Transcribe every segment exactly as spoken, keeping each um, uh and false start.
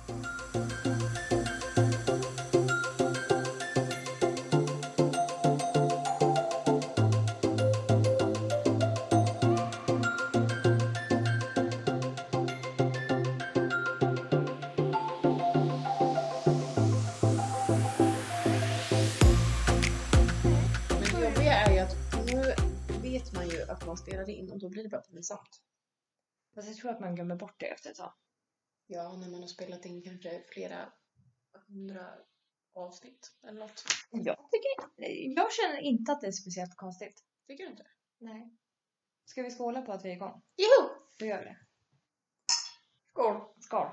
Att man spelar in och då blir det bara pinsamt. Fast jag tror att man glömmer bort det efter ett tag. Ja, när man har spelat in kanske flera hundra avsnitt eller något. Jag tycker, jag känner inte att det är speciellt konstigt. Tycker du inte? Nej. Ska vi skåla på att vi är igång? Jo! Då gör vi det. Skål! Skål!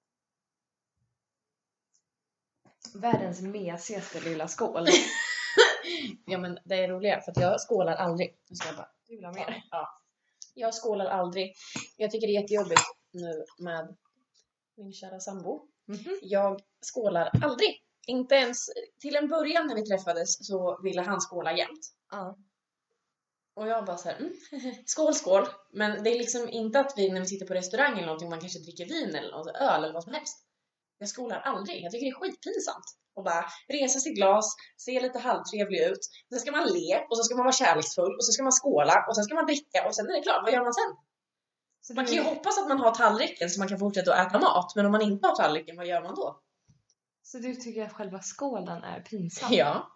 Världens mesigaste lilla skål. Ja, men det är roligare för att jag skålar aldrig. Nu ska jag bara... Du vill ha mer? Ja. Jag skålar aldrig. Jag tycker det är jättejobbigt nu med min kära sambo. Mm-hmm. Jag skålar aldrig. Inte ens till en början när vi träffades så ville han skåla jämt. Ja. Och jag bara så här, mm, skål, skål. Men det är liksom inte att vi när vi sitter på restaurang eller någonting, man kanske dricker vin eller något, öl eller vad som helst. Jag skålar aldrig. Jag tycker det är skitpinsamt. Och bara resa sitt glas, se lite halvtrevlig ut. Sen ska man le och så ska man vara kärleksfull och så ska man skåla och sen ska man dricka och sen är det klart. Vad gör man sen? Så man kan ju är... hoppas att man har tallriken så man kan fortsätta att äta mat. Men om man inte har tallriken, vad gör man då? Så du tycker att själva skålen är pinsam? Ja.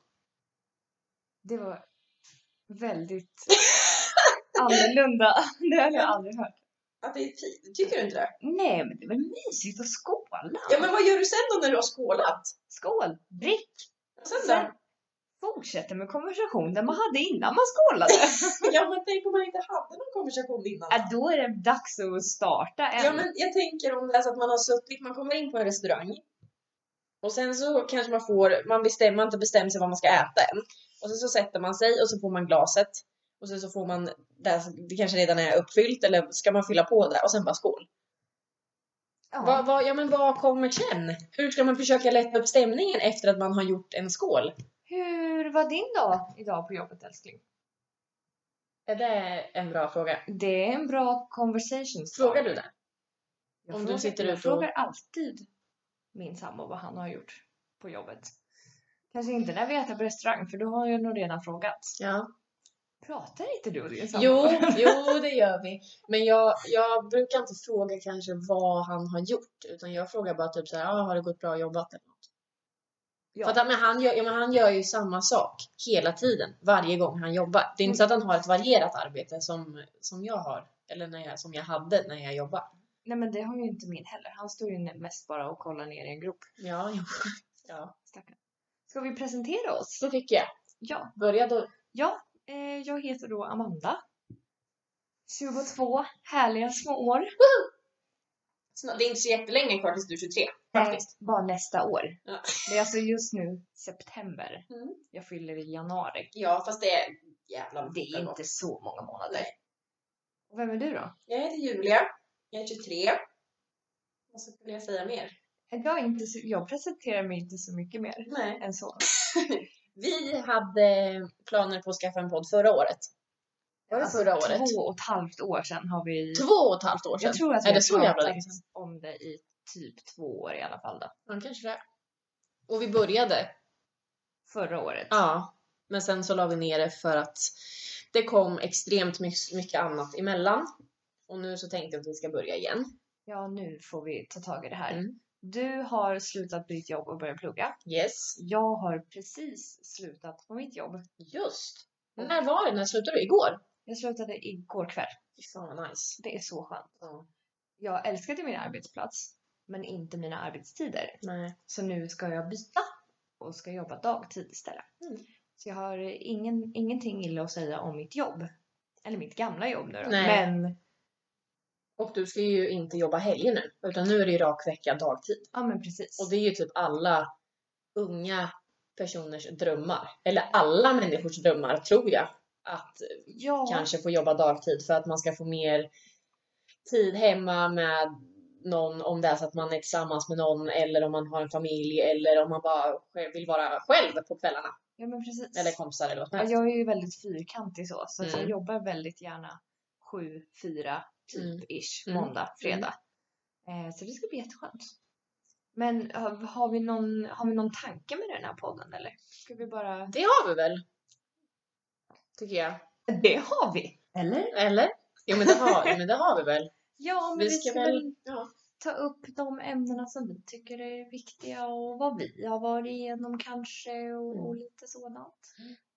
Det var väldigt annorlunda. Det har jag aldrig hört. Att det är fint. Tycker du inte det? Nej, men det är väl mysigt att skåla. Ja, men vad gör du sen då när du har skålat? Skål, drick. Sen, sen fortsätter med konversation där man hade innan man skålade. Ja, men tänk om man inte hade någon konversation innan. Ja, då är det dags att starta en. Ja, men jag tänker om det är så att man har suttit, man kommer in på en restaurang. Och sen så kanske man får, man bestämmer, man inte bestämmer sig vad man ska äta än. Och sen så sätter man sig och så får man glaset. Och sen så får man, det kanske redan är uppfyllt eller ska man fylla på det och sen bara skål. Ja. Vad, vad, ja, men vad kommer sen? Hur ska man försöka lätta upp stämningen efter att man har gjort en skål? Hur var din dag idag på jobbet, älskling? Är det en bra fråga? Det är en bra conversation. Frågar du det? Jag Om frågar, du sitter jag ut och... frågar alltid min sambo vad han har gjort på jobbet. Kanske inte när vi äter på restaurang, för då har jag nog redan frågat. Ja. Pratar inte du och din sambo? Jo, jo, det gör vi. Men jag, jag brukar inte fråga kanske vad han har gjort. Utan jag frågar bara typ så här, ah, har det gått bra jobbat eller något? Ja. För att men han, gör, ja, men han gör ju samma sak hela tiden, varje gång han jobbar. Det är inte så att han har ett varierat arbete som, som jag har. Eller när jag, som jag hade när jag jobbade. Nej, men det har ju inte min heller. Han står ju mest bara och kollar ner i en grop. Ja, ja. ja. Stackarn. Ska vi presentera oss? Det tycker jag. Ja. Börja då. Ja, eh, jag heter då Amanda. tjugotvå härliga små år. Woho! Det är inte så jättelänge kvar tills du är tjugotre, faktiskt. Eh, bara nästa år. Ja. Det är alltså just nu september. Mm. Jag fyller i januari. Ja, fast det är jävla Det är inte så många månader. Nej. Och vem är du då? Jag heter Julia. Jag är tjugotre. Vad skulle jag säga mer? Jag, inte så, jag presenterar mig inte så mycket mer Nej. än så. Vi hade planer på att skaffa en podd förra året. Var det alltså, förra året? Två och ett halvt år sedan har vi... Två och ett halvt år sedan? Jag tror att vi är det så jävla pratat om det i typ två år i alla fall då. Ja, kanske det. Och vi började. Förra året. Ja, men sen så la vi ner det för att det kom extremt mycket annat emellan. Och nu så tänkte jag att vi ska börja igen. Ja, nu får vi ta tag i det här. Mm. Du har slutat på ditt jobb och börjat plugga. Yes. Jag har precis slutat på mitt jobb. Just. Mm. När var det? När slutade du? Igår? Jag slutade igår kväll. Fan vad nice. Det är så skönt. Mm. Jag älskade min arbetsplats, men inte mina arbetstider. Nej. Så nu ska jag byta och ska jobba dagtid istället. Mm. Så jag har ingen, ingenting illa att säga om mitt jobb. Eller mitt gamla jobb nu då. Nej. Men... Och du ska ju inte jobba helger nu. Utan nu är det ju rak vecka dagtid. Ja, men precis. Och det är ju typ alla unga personers drömmar. Eller alla människors drömmar, tror jag. Att ja. kanske få jobba dagtid. För att man ska få mer tid hemma med någon. Om det är så att man är tillsammans med någon. Eller om man har en familj. Eller om man bara vill vara själv på kvällarna. Ja, men precis. Eller kompisar eller vad som helst. Jag är ju väldigt fyrkantig så. Så mm. jag jobbar väldigt gärna sju, fyra typ mm. ish. Mm. Måndag, fredag. Mm. Eh, så det ska bli jätteskönt. Men har, har, vi någon, har vi någon tanke med den här podden eller? Ska vi bara... Det har vi väl? Tycker jag. Det har vi! Eller? Eller? Jo men det har, men det har vi väl. Ja, men vi, Vi ska, ska väl väl ja. ta upp de ämnena som vi tycker är viktiga och vad vi har varit igenom kanske och, och lite sådant.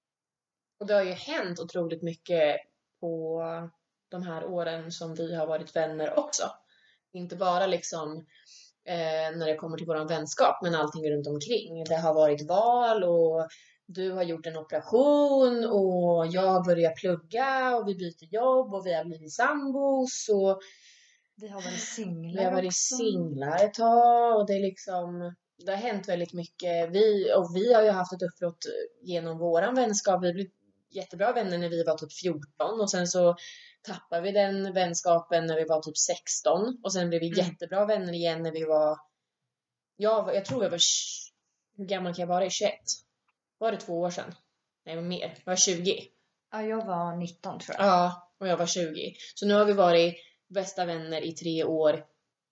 Och det har ju hänt otroligt mycket på de här åren som vi har varit vänner också. Inte bara liksom eh, när det kommer till våran vänskap, men allting runt omkring. Det har varit val och du har gjort en operation och jag har börjat plugga och vi byter jobb och vi har blivit sambos och Vi har varit singlar vi har varit också. singlar ett tag och det är liksom, det har hänt väldigt mycket. Vi, och vi har ju haft ett uppbrott genom våran vänskap. Vi blev jättebra vänner när vi var typ fjorton och sen så tappade vi den vänskapen när vi var typ sexton och sen blev vi Mm. jättebra vänner igen när vi var, jag, var- jag tror jag var, tj- hur gammal kan jag vara? tjugoett? Var det två år sedan? Nej, men mer. Jag var tjugo. Ja, jag var nitton tror jag. Ja, och jag var tjugo. Så nu har vi varit bästa vänner i tre år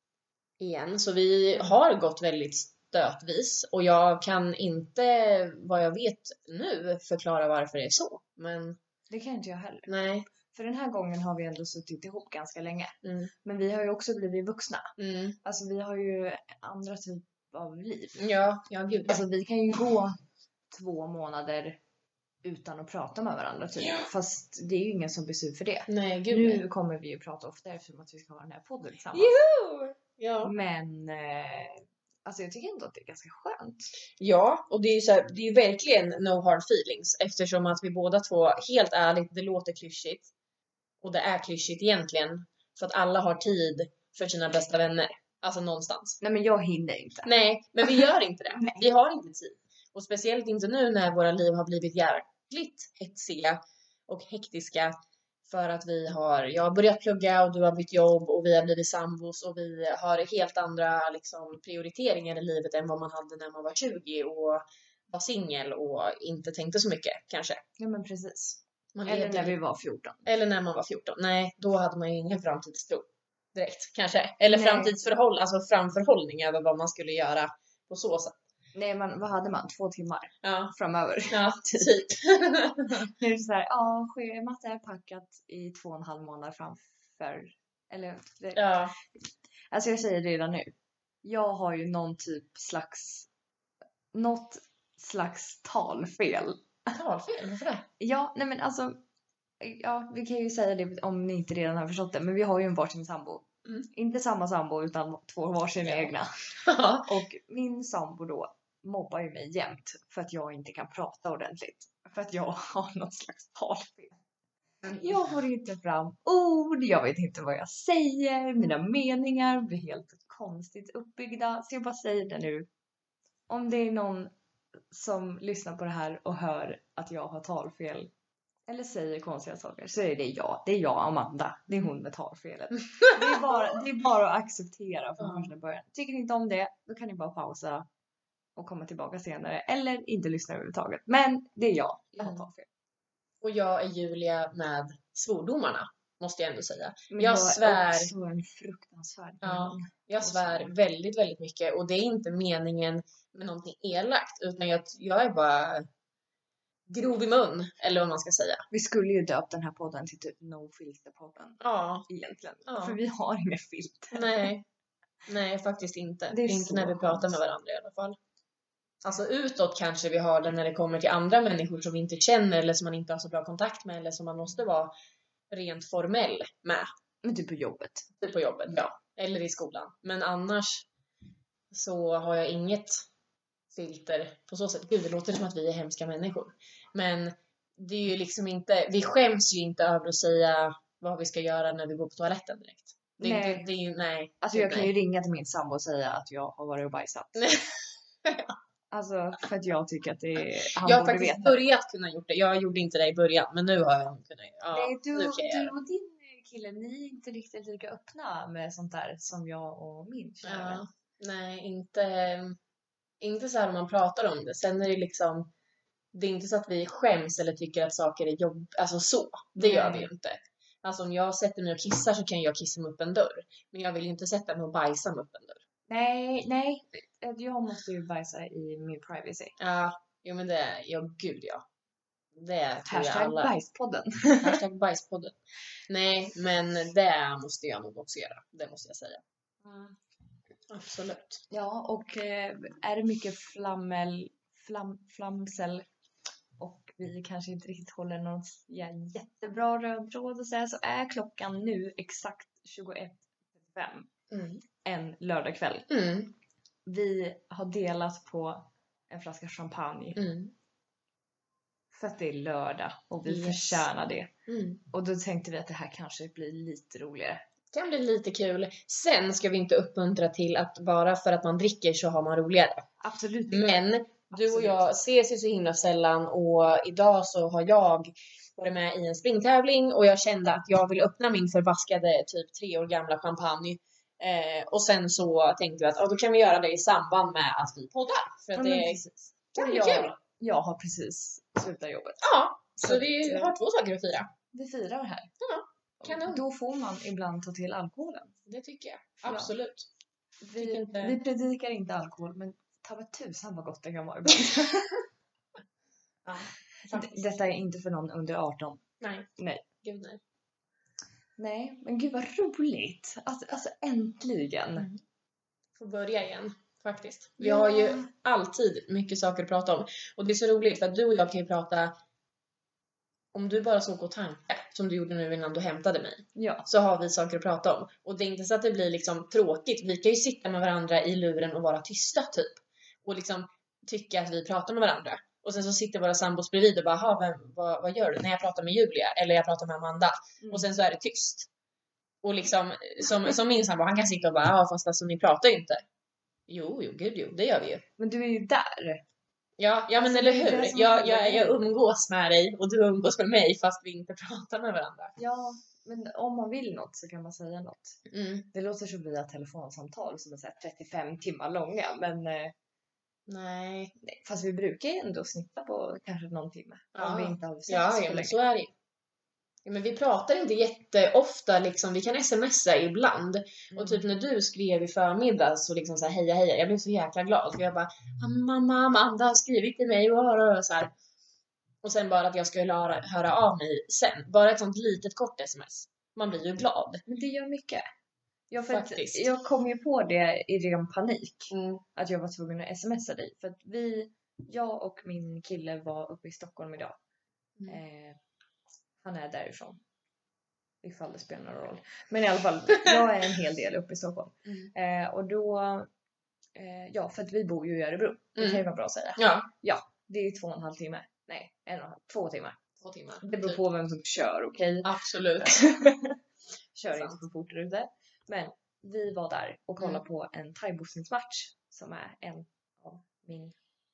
igen. Så vi har gått väldigt stötvis. Och jag kan inte, vad jag vet nu, förklara varför det är så. Men Det kan inte jag heller. nej. För den här gången har vi ändå suttit ihop ganska länge. Mm. Men vi har ju också blivit vuxna. Mm. Alltså vi har ju andra typ av liv. Ja, ja gud. Alltså vi kan ju gå två månader utan att prata med varandra typ. Ja. Fast det är ju ingen som blir sur för det. Nej, gud. Nu nej. kommer vi ju prata ofta eftersom att vi ska ha den här podden tillsammans. Juhu! Ja. Men eh, alltså jag tycker ändå att det är ganska skönt. Ja, och det är ju så här, det är ju verkligen no hard feelings eftersom att vi båda två, helt ärligt, det låter klyschigt och det är klyschigt egentligen för att alla har tid för sina bästa vänner, alltså någonstans. Nej men jag hinner inte. Nej, men vi gör inte det. Nej. Vi har inte tid. Och speciellt inte nu när våra liv har blivit jävligt hetsiga och hektiska för att vi har, jag har börjat plugga och du har bytt jobb och vi har blivit sambos och vi har helt andra liksom, prioriteringar i livet än vad man hade när man var tjugo och var singel och inte tänkte så mycket kanske. Ja men precis. Man Eller levde när vi lite- var fjorton. eller när man var fjorton. Nej, då hade man ju ingen framtidstro direkt kanske. Eller Nej. framtidsförhåll, alltså framförhållning över vad man skulle göra på så sätt. Nej men vad hade man? Två timmar Ja, framöver. ja typ. Nu är det så här, ja schemat är packat i två och en halv månad framför. Eller, det, Ja. alltså jag säger det redan nu. Jag har ju någon typ slags, något slags talfel. Talfel, varför det? Ja, nej men alltså, ja vi kan ju säga det om ni inte redan har förstått det. Men vi har ju en varsin sambo. Mm. Inte samma sambo utan två varsin Ja. egna. Ja. Och min sambo då mobbar ju mig jämt för att jag inte kan prata ordentligt. För att jag har något slags talfel. Jag får inte fram ord, jag vet inte vad jag säger, mina meningar blir helt konstigt uppbyggda. Så jag bara säger det nu. Om det är någon som lyssnar på det här och hör att jag har talfel eller säger konstiga saker så är det jag. Det är jag, Amanda. Det är hon med talfelet. Det är bara, det är bara att acceptera från Ja. första början. Tycker ni inte om det, då kan ni bara pausa och komma tillbaka senare. Eller inte lyssna överhuvudtaget. Men det är jag. Jag har Mm. talfel. Och jag är Julia med svordomarna, måste jag ändå säga. Men Jag är svär. också en fruktansvärd Ja. person. Jag svär väldigt, väldigt mycket. Och det är inte meningen med någonting elakt. Utan jag, jag är bara grov i mun. Eller vad man ska säga. Vi skulle ju döpt den här podden till typ No Filter-podden. Ja. Egentligen. Ja. För vi har inga filter. Nej. Nej, faktiskt inte. Det är inte så när vi pratar skönt. med varandra i alla fall. Alltså utåt kanske vi har det när det kommer till andra människor som vi inte känner. Eller som man inte har så bra kontakt med. Eller som man måste vara rent formell med. Men typ på jobbet. Typ på jobbet, ja. Eller i skolan. Men annars så har jag inget filter på så sätt. Gud, det låter som att vi är hemska människor. Men det är ju liksom inte, vi skäms ju inte över att säga vad vi ska göra när vi går på toaletten direkt. Det är Nej. inte, det är ju, nej. Alltså jag kan ju ringa till min sambo och säga att jag har varit och bajsat. Nej. Alltså för att jag tycker att det är, han Jag har borde faktiskt veta. börjat kunna gjort det. Jag gjorde inte det i början, men nu har jag kunnat. Ja, Nej, du, nu kan jag du göra och din kille, ni är inte riktigt lika öppna med sånt där som jag och min det. kära Ja. vän. Nej, inte, inte så här om man pratar om det. Sen är det liksom, det är inte så att vi skäms eller tycker att saker är jobb, alltså så. Det Nej. gör vi ju inte. Alltså om jag sätter mig och kissar så kan jag kissa mig upp en dörr. Men jag vill ju inte sätta mig och bajsa mig upp en dörr. Nej, nej. att jag måste ju bajsa i min privacy. Ja, jo men det, ja gud ja. Det tror jag Hashtag alla. bajspodden. Hashtag bajspodden. Nej, men det måste jag nog också göra. Det måste jag säga. Mm. Absolut. Ja, och eh, är det mycket flammel, flam, flamsel och vi kanske inte riktigt håller någon ja, jättebra röd tråd och så, här, så är klockan nu exakt tjugoett trettiofem Mm. en lördagkväll. Mm. Vi har delat på en flaska champagne Mm. för att det är lördag och vi Yes. förtjänar det. Mm. Och då tänkte vi att det här kanske blir lite roligare. Det kan bli lite kul. Sen ska vi inte uppmuntra till att bara för att man dricker så har man roligare. Absolut inte. Men du Absolut. och jag ses ju så himla sällan och idag så har jag varit med i en springtävling och jag kände att jag vill öppna min förbaskade typ tre år gamla champagne. Eh, och sen så tänkte vi att oh, då kan vi göra det i samband med att vi poddar. För att Ja, det men är precis. kan bli jag, kul. jag har precis slutat jobbet. Ja, så, Så vi att, har två saker att fira. Vi firar här. Ja, kanon. Då får man ibland ta till alkoholen. Det tycker jag. Ja. Absolut. Vi, Tycker inte- vi predikar inte alkohol, men ta mig tusan vad gott det kan vara ibland. Ja, D- faktiskt. Detta är inte för någon under arton. Nej. Nej. Gud nej. Nej, men gud vad roligt. Alltså, alltså äntligen. Mm. Får börja igen. Faktiskt. Vi Ja. har ju alltid mycket saker att prata om. Och det är så roligt för att du och jag kan ju prata. Om du bara så går tankar som du gjorde nu innan du hämtade mig. Ja. Så har vi saker att prata om. Och det är inte så att det blir liksom tråkigt. Vi kan ju sitta med varandra i luren och vara tysta typ. Och liksom tycka att vi pratar med varandra. Och sen så sitter våra sambos bredvid och bara, "Ha, vem, vad, vad gör du?" När jag pratar med Julia eller jag pratar med Amanda. Mm. Och sen så är det tyst. Och liksom, som, som min sambo, han kan sitta och bara, ja fast alltså ni pratar ju inte. Jo, jo, gud jo, det gör vi ju. Men du är ju där. Ja, ja men Alltså, eller det är det hur? som är Jag, själva jag, jag grejen. umgås med dig och du umgås med mig fast vi inte pratar med varandra. Ja, men om man vill något så kan man säga något. Mm. Det låter som vi har telefonsamtal som är så här trettiofem timmar långa, men eh, Nej. nej, fast vi brukar ju ändå snitta på kanske någon timme. Ja. Om vi inte har sex Ja, för ja men länge. så är det ju. Ja, men vi pratar inte jätteofta liksom, vi kan smsa ibland. Mm. Och typ när du skrev i förmiddag så liksom så här, heja heja, jag blev så jäkla glad. För jag bara, mamma, Amanda har skrivit till mig och, och så här. Och sen bara att jag skulle höra, höra av mig sen. Bara ett sånt litet kort sms. Man blir ju glad. Men det gör mycket. Jag, för att, Faktiskt. jag kom ju på det i ren panik. Mm. Att jag var tvungen att smsa dig. För att vi, jag och min kille var uppe i Stockholm idag. Mm. Eh, han är därifrån. Ifall det spelar någon roll. Men i alla fall, jag är en hel del uppe i Stockholm. Mm. Eh, och då, eh, ja för att vi bor ju i Örebro. Det Mm. kan ju vara bra att säga. Ja, Ja, det är två och en halv timme. Nej, en och en halv, två timmar. två timmar. Det beror Typ. på vem som kör, okej? Absolut. Kör inte Sant. för fort där ute. Men vi var där och kollade Mm. på en thaiboxningsmatch som är en av min...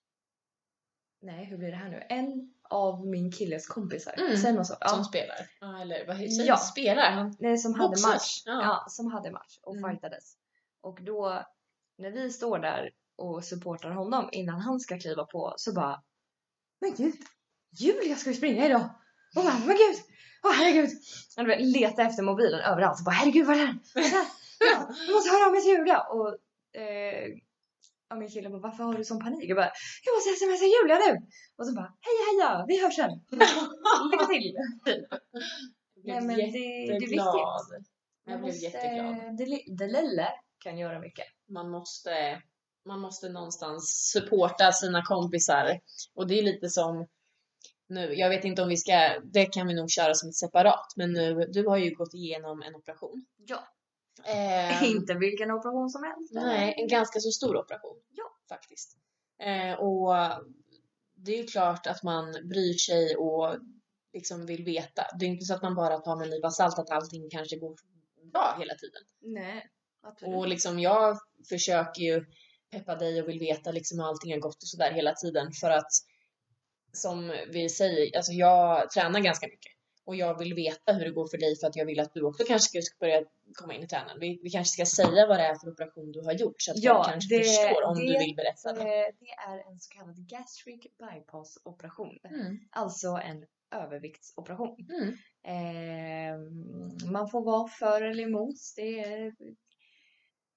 Nej, hur blir det här nu? En av min killes kompisar. Mm. Sen och så. Ja. Som spelar. Ja, eller vad säger Ja. spelar? Han Nej, som hade boxas. match. Ja. Ja. som hade match och Mm. fightades. Och då, när vi står där och supportar honom innan han ska kliva på, så bara, men gud, Julia ska ju springa idag. Och bara, men gud, åh herregud. Han letade efter mobilen överallt och bara, herregud, vad är den? Vad är den? Ja, jag måste höra av mig till Julia. Och eh, ja, min kille bara, varför har du sån panik? Jag bara, jag måste smsa Julia nu. Och så bara, heja heja, vi hörs sen. Lycka till. Jag blev Nej, men det, det är jätteglad. viktigt. Jag Man blev måste, jätteglad. Det, li- det lille kan göra mycket. Man måste, man måste någonstans supporta sina kompisar. Och det är lite som nu, jag vet inte om vi ska, det kan vi nog köra som ett separat. Men nu, du har ju gått igenom en operation. Ja. Eh, Inte vilken operation som helst. nej, en ganska så stor operation. Ja. Faktiskt. Eh, och det är ju klart att man bryr sig och liksom vill veta. Det är inte så att man bara tar med en nypa salt att allting kanske går bra hela tiden. Nej, absolut. Och liksom jag försöker ju peppa dig och vill veta liksom hur allting har gått och sådär hela tiden. För att som vi säger, alltså jag tränar ganska mycket. Och jag vill veta hur det går för dig för att jag vill att du också kanske ska börja komma in i träningen. Vi, vi kanske ska säga vad det är för operation du har gjort så att Ja, folk kanske det- förstår om det- du vill berätta Eh, det. Det är en så kallad gastric bypass operation. Mm. Alltså en överviktsoperation. Mm. Eh, man får vara för eller emot. Det är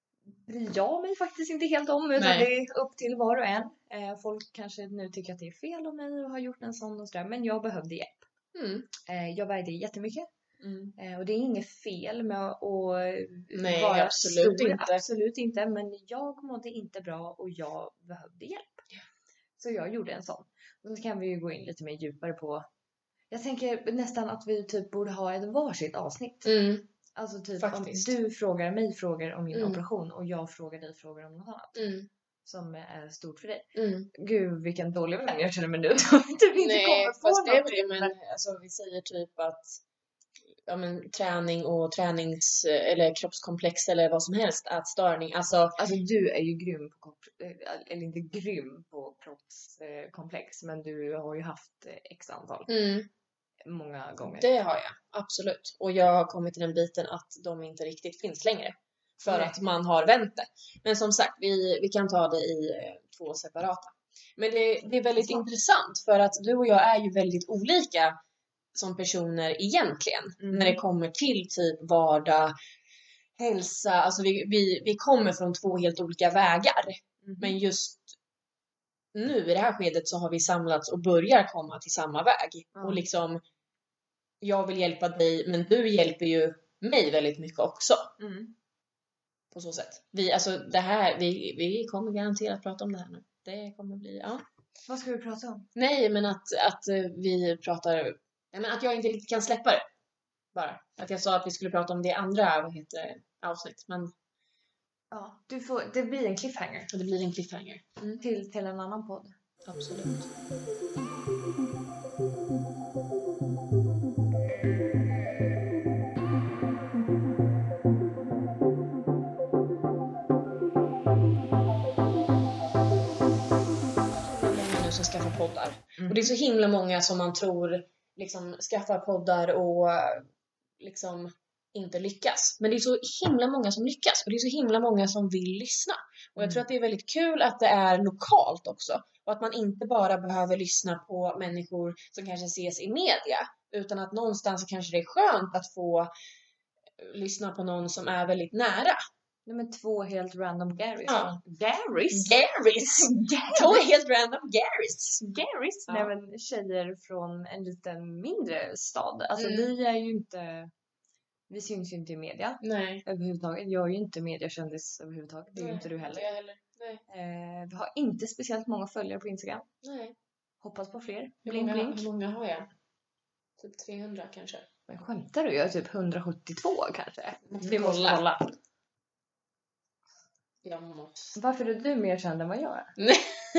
bryr jag mig faktiskt inte helt om. Utan Nej. det är upp till var och en. Eh, folk kanske nu tycker att det är fel om mig och har gjort en sån och sådär. Men jag behövde hjälp. Mm. Eh, jag vägde jättemycket. Mm. Eh, och det är inget fel med att Nej, vara absolut stor. inte. Absolut inte. Men jag mådde inte bra och jag behövde hjälp. Så jag gjorde en sån. Och så kan vi ju gå in lite mer djupare på. Jag tänker nästan att vi typ borde ha ett varsitt avsnitt. Mm. Alltså typ Faktiskt. om du frågar mig frågor om min Mm. operation och jag frågar dig frågor om något annat. Mm. Som är stort för dig. Mm. Gud vilken dålig vän jag känner mig nu. Typ inte Nej, kommer på fast det är väl någonting. det, men alltså, vi säger typ att ja, men, träning och tränings eller kroppskomplex eller vad som helst, att störning, alltså Alltså du är ju grym på kropp- eller inte grym på kroppskomplex, men du har ju haft x antal mm, många gånger. det har jag, absolut. Och jag har kommit till den biten att de inte riktigt finns längre. För Nej. att man har vänt det. Men som sagt, vi, vi kan ta det i eh, två separata. Men det, det är väldigt Så. intressant för att du och jag är ju väldigt olika som personer egentligen. Mm. När det kommer till typ vardag, hälsa. Alltså vi, vi, vi kommer från två helt olika vägar. Mm. Men just nu i det här skedet så har vi samlats och börjar komma till samma väg. Ja. Och liksom, jag vill hjälpa dig, men du hjälper ju mig väldigt mycket också. Mm. På så sätt. Vi, alltså det här, vi, vi kommer garanterat prata om det här nu. Det kommer bli, ja. Vad ska vi prata om? Nej, men att, att eh, vi pratar, nej, men att jag inte riktigt kan släppa det. Bara. Att jag sa att vi skulle prata om det andra, vad heter det, avsnitt. Men Ja, du får, det blir en cliffhanger det blir en cliffhanger. Mm. till, till en annan podd. Absolut. Många nu som skaffar poddar. Mm. Och det är så himla många som man tror liksom skaffar poddar och liksom inte lyckas. Men det är så himla många som lyckas. Och det är så himla många som vill lyssna. Och jag Mm. tror att det är väldigt kul att det är lokalt också. Och att man inte bara behöver lyssna på människor som kanske ses i media. Utan att någonstans kanske det är skönt att få lyssna på någon som är väldigt nära. Nej, men två helt random Garys. Ja. Garys? Garys! Två helt random Garys! Garys? Ja. Nej, men tjejer från en liten mindre stad. Alltså Mm. vi är ju inte... Vi syns ju inte i media Nej. överhuvudtaget. Jag är ju inte mediakändis överhuvudtaget. Det är ju Nej, inte du heller. Inte jag heller. Nej. Eh, vi har inte speciellt många följare på Instagram. Nej. Hoppas på fler. Hur Blink, många, blink. hur många har jag? Typ trehundra kanske. Men skämtar du? Jag är typ hundrasjuttiotvå kanske. Måste Vi måste kolla. kolla. Jag måste. Varför är du mer känd än vad jag är? Nej.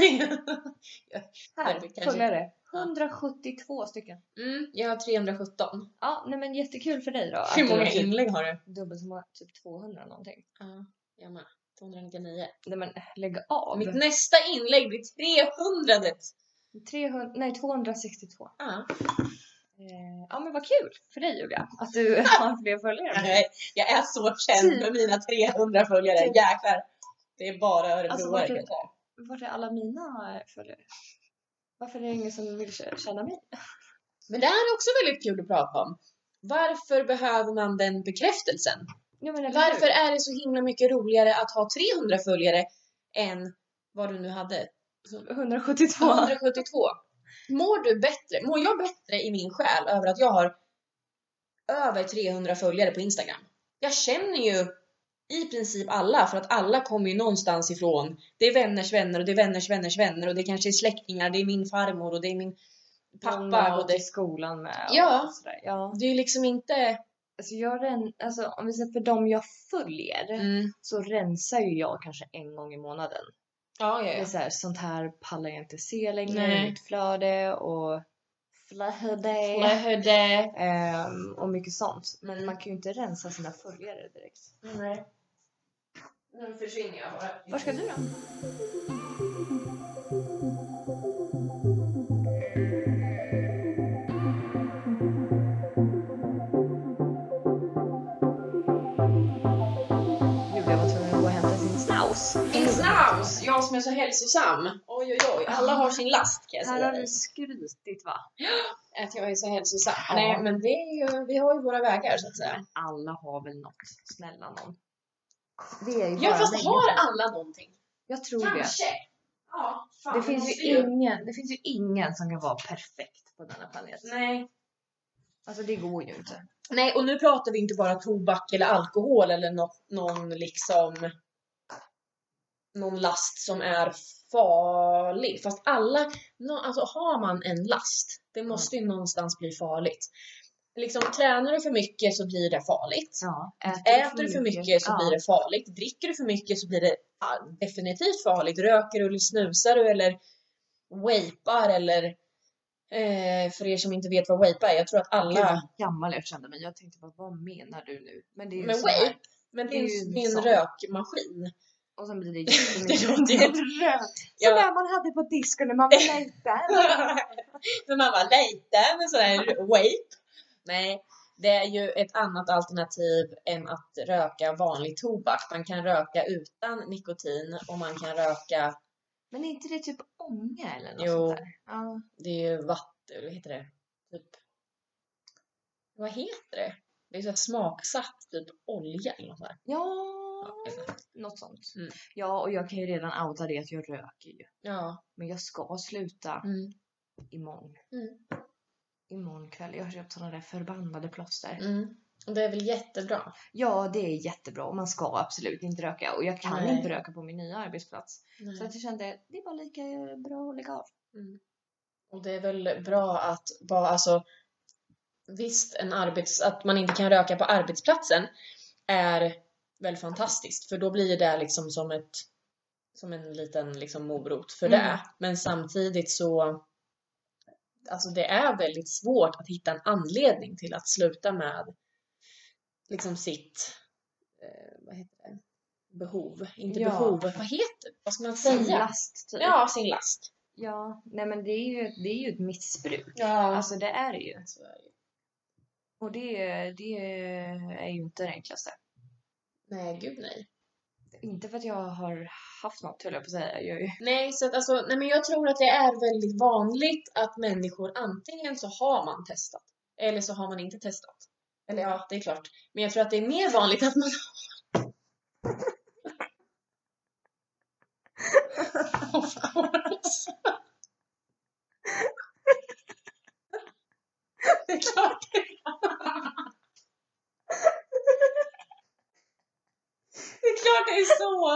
Här, det kanske- följare. hundrasjuttiotvå stycken. Mm, jag har trehundrasjutton. Ja, nej men jättekul för dig då. att Hur du många har typ inlägg har du? Dubbelt så många, typ tvåhundra någonting. Ja, jag med. tvåhundranittionio. Nej men lägg av. Mitt nästa inlägg blir trehundradet. trehundra, nej tvåhundrasextiotvå. Ja. Eh, ja men vad kul för dig Julia. Att du har fler följare. Nej, jag är så känd Typ. med mina trehundra följare. Typ. Jäklar. Det är bara örebroare Alltså, vart är- kan jag säga. Vart är alla mina följare? Varför är det ingen som vill känna mig? Men det här är också väldigt kul att prata om. Varför behöver man den bekräftelsen? Ja, men eller Varför hur? är det så himla mycket roligare att ha trehundra följare än vad du nu hade? hundrasjuttiotvå. hundrasjuttiotvå. Mår du bättre? Mår jag bättre i min själ över att jag har över trehundra följare på Instagram? Jag känner ju i princip alla, för att alla kommer ju någonstans ifrån. Det är vänners vänner och det är vänners vänners vänner och det kanske är släktingar, det är min farmor och det är min pappa och det det, i skolan med. Ja. Och sådär. Ja. det är liksom inte... Alltså jag ren, alltså om vi säger för dem jag följer Mm. så rensar ju jag kanske en gång i månaden. Ja, ja, Det är ja. så här, sånt här pallar jag inte se längre Nej. i mitt flöde och flöde Flöde. ehm, och mycket sånt. Men Mm. man kan ju inte rensa sina följare direkt. Nej. Nu försvinner jag bara. Var ska du då? Julia var tvungen att gå och hämta sin snaus. Min snaus! Jag som är så hälsosam. Oj, oj, oj. Alla har sin last kan jag Här säga. har du skrutit va? Att jag är så hälsosam. Ja. Nej, men det är ju, vi har ju våra vägar så att säga. Men alla har väl något. Snälla någon. Det är ju Ja, bara fast människor. har alla någonting? Jag tror Kanske. det. Ja, fan, Det finns, måste ju ingen, det finns ju ingen som kan vara perfekt på denna planet. Nej. Alltså det går ju inte. Nej, och nu pratar vi inte bara tobak eller alkohol eller något, någon liksom någon last som är farlig. Fast alla, no, alltså har man en last, det måste ju någonstans bli farligt. Liksom tränar du för mycket så blir det farligt. Ja, Äter du för mycket så ja. blir det farligt. Dricker du för mycket så blir det ja, definitivt farligt. Röker du eller snusar du eller vapar eller eh, för er som inte vet vad vape är, jag tror att alla... Gud vad gammal jag kände mig. Jag tänkte bara, vad menar du nu? Men det är ju Men så här. vape, men det är ju ju din sån. rökmaskin. Och sen blir det Det jättemycket låter ju- rök. Så Ja. där man hade på disco när man var liten. Så man var lite med sådär vape. Nej, det är ju ett annat alternativ än att röka vanlig tobak. Man kan röka utan nikotin och man kan röka, Men är inte det typ ånga eller något Jo. sånt där? Ja. det är ju vatten, vad heter det? Typ, vad heter det? Det är så här smaksatt typ olja eller något sådär. Ja, Ja, jag vet inte. något sånt. Mm. Ja, och jag kan ju redan outa det att jag röker ju. Ja. Men jag ska sluta Mm. imorgon. Mm. Imorgon kväll. Jag har köpt sådana där förbannade plåster. Mm. Och det är väl jättebra. Ja, det är jättebra. Och man ska absolut inte röka. Och jag kan Nej. inte röka på min nya arbetsplats. Nej. Så att jag kände, det var lika bra att lägga av. Mm. Och det är väl bra att bara, alltså visst, en arbets, att man inte kan röka på arbetsplatsen är väl fantastiskt, för då blir det liksom som ett som en liten liksom morot för Mm. det. Men samtidigt så alltså det är väldigt svårt att hitta en anledning till att sluta med liksom sitt eh, vad heter det? Behov, inte Ja. behov, vad heter vad ska man Sin säga? last typ. Ja, sin last. Ja, nej men det är ju, det är ju ett missbruk. Ja, Alltså det är det ju. så är det ju. Och det, det är ju inte det enklaste. Nej, gud nej. Inte för att jag har haft något, höll jag på att säga. Jag är ju... Nej, så att alltså, nej, men jag tror att det är väldigt vanligt att människor antingen så har man testat eller så har man inte testat. Eller ja, det är klart. Men jag tror att det är mer vanligt att man Of course. Det är klart det Det är klart det är så.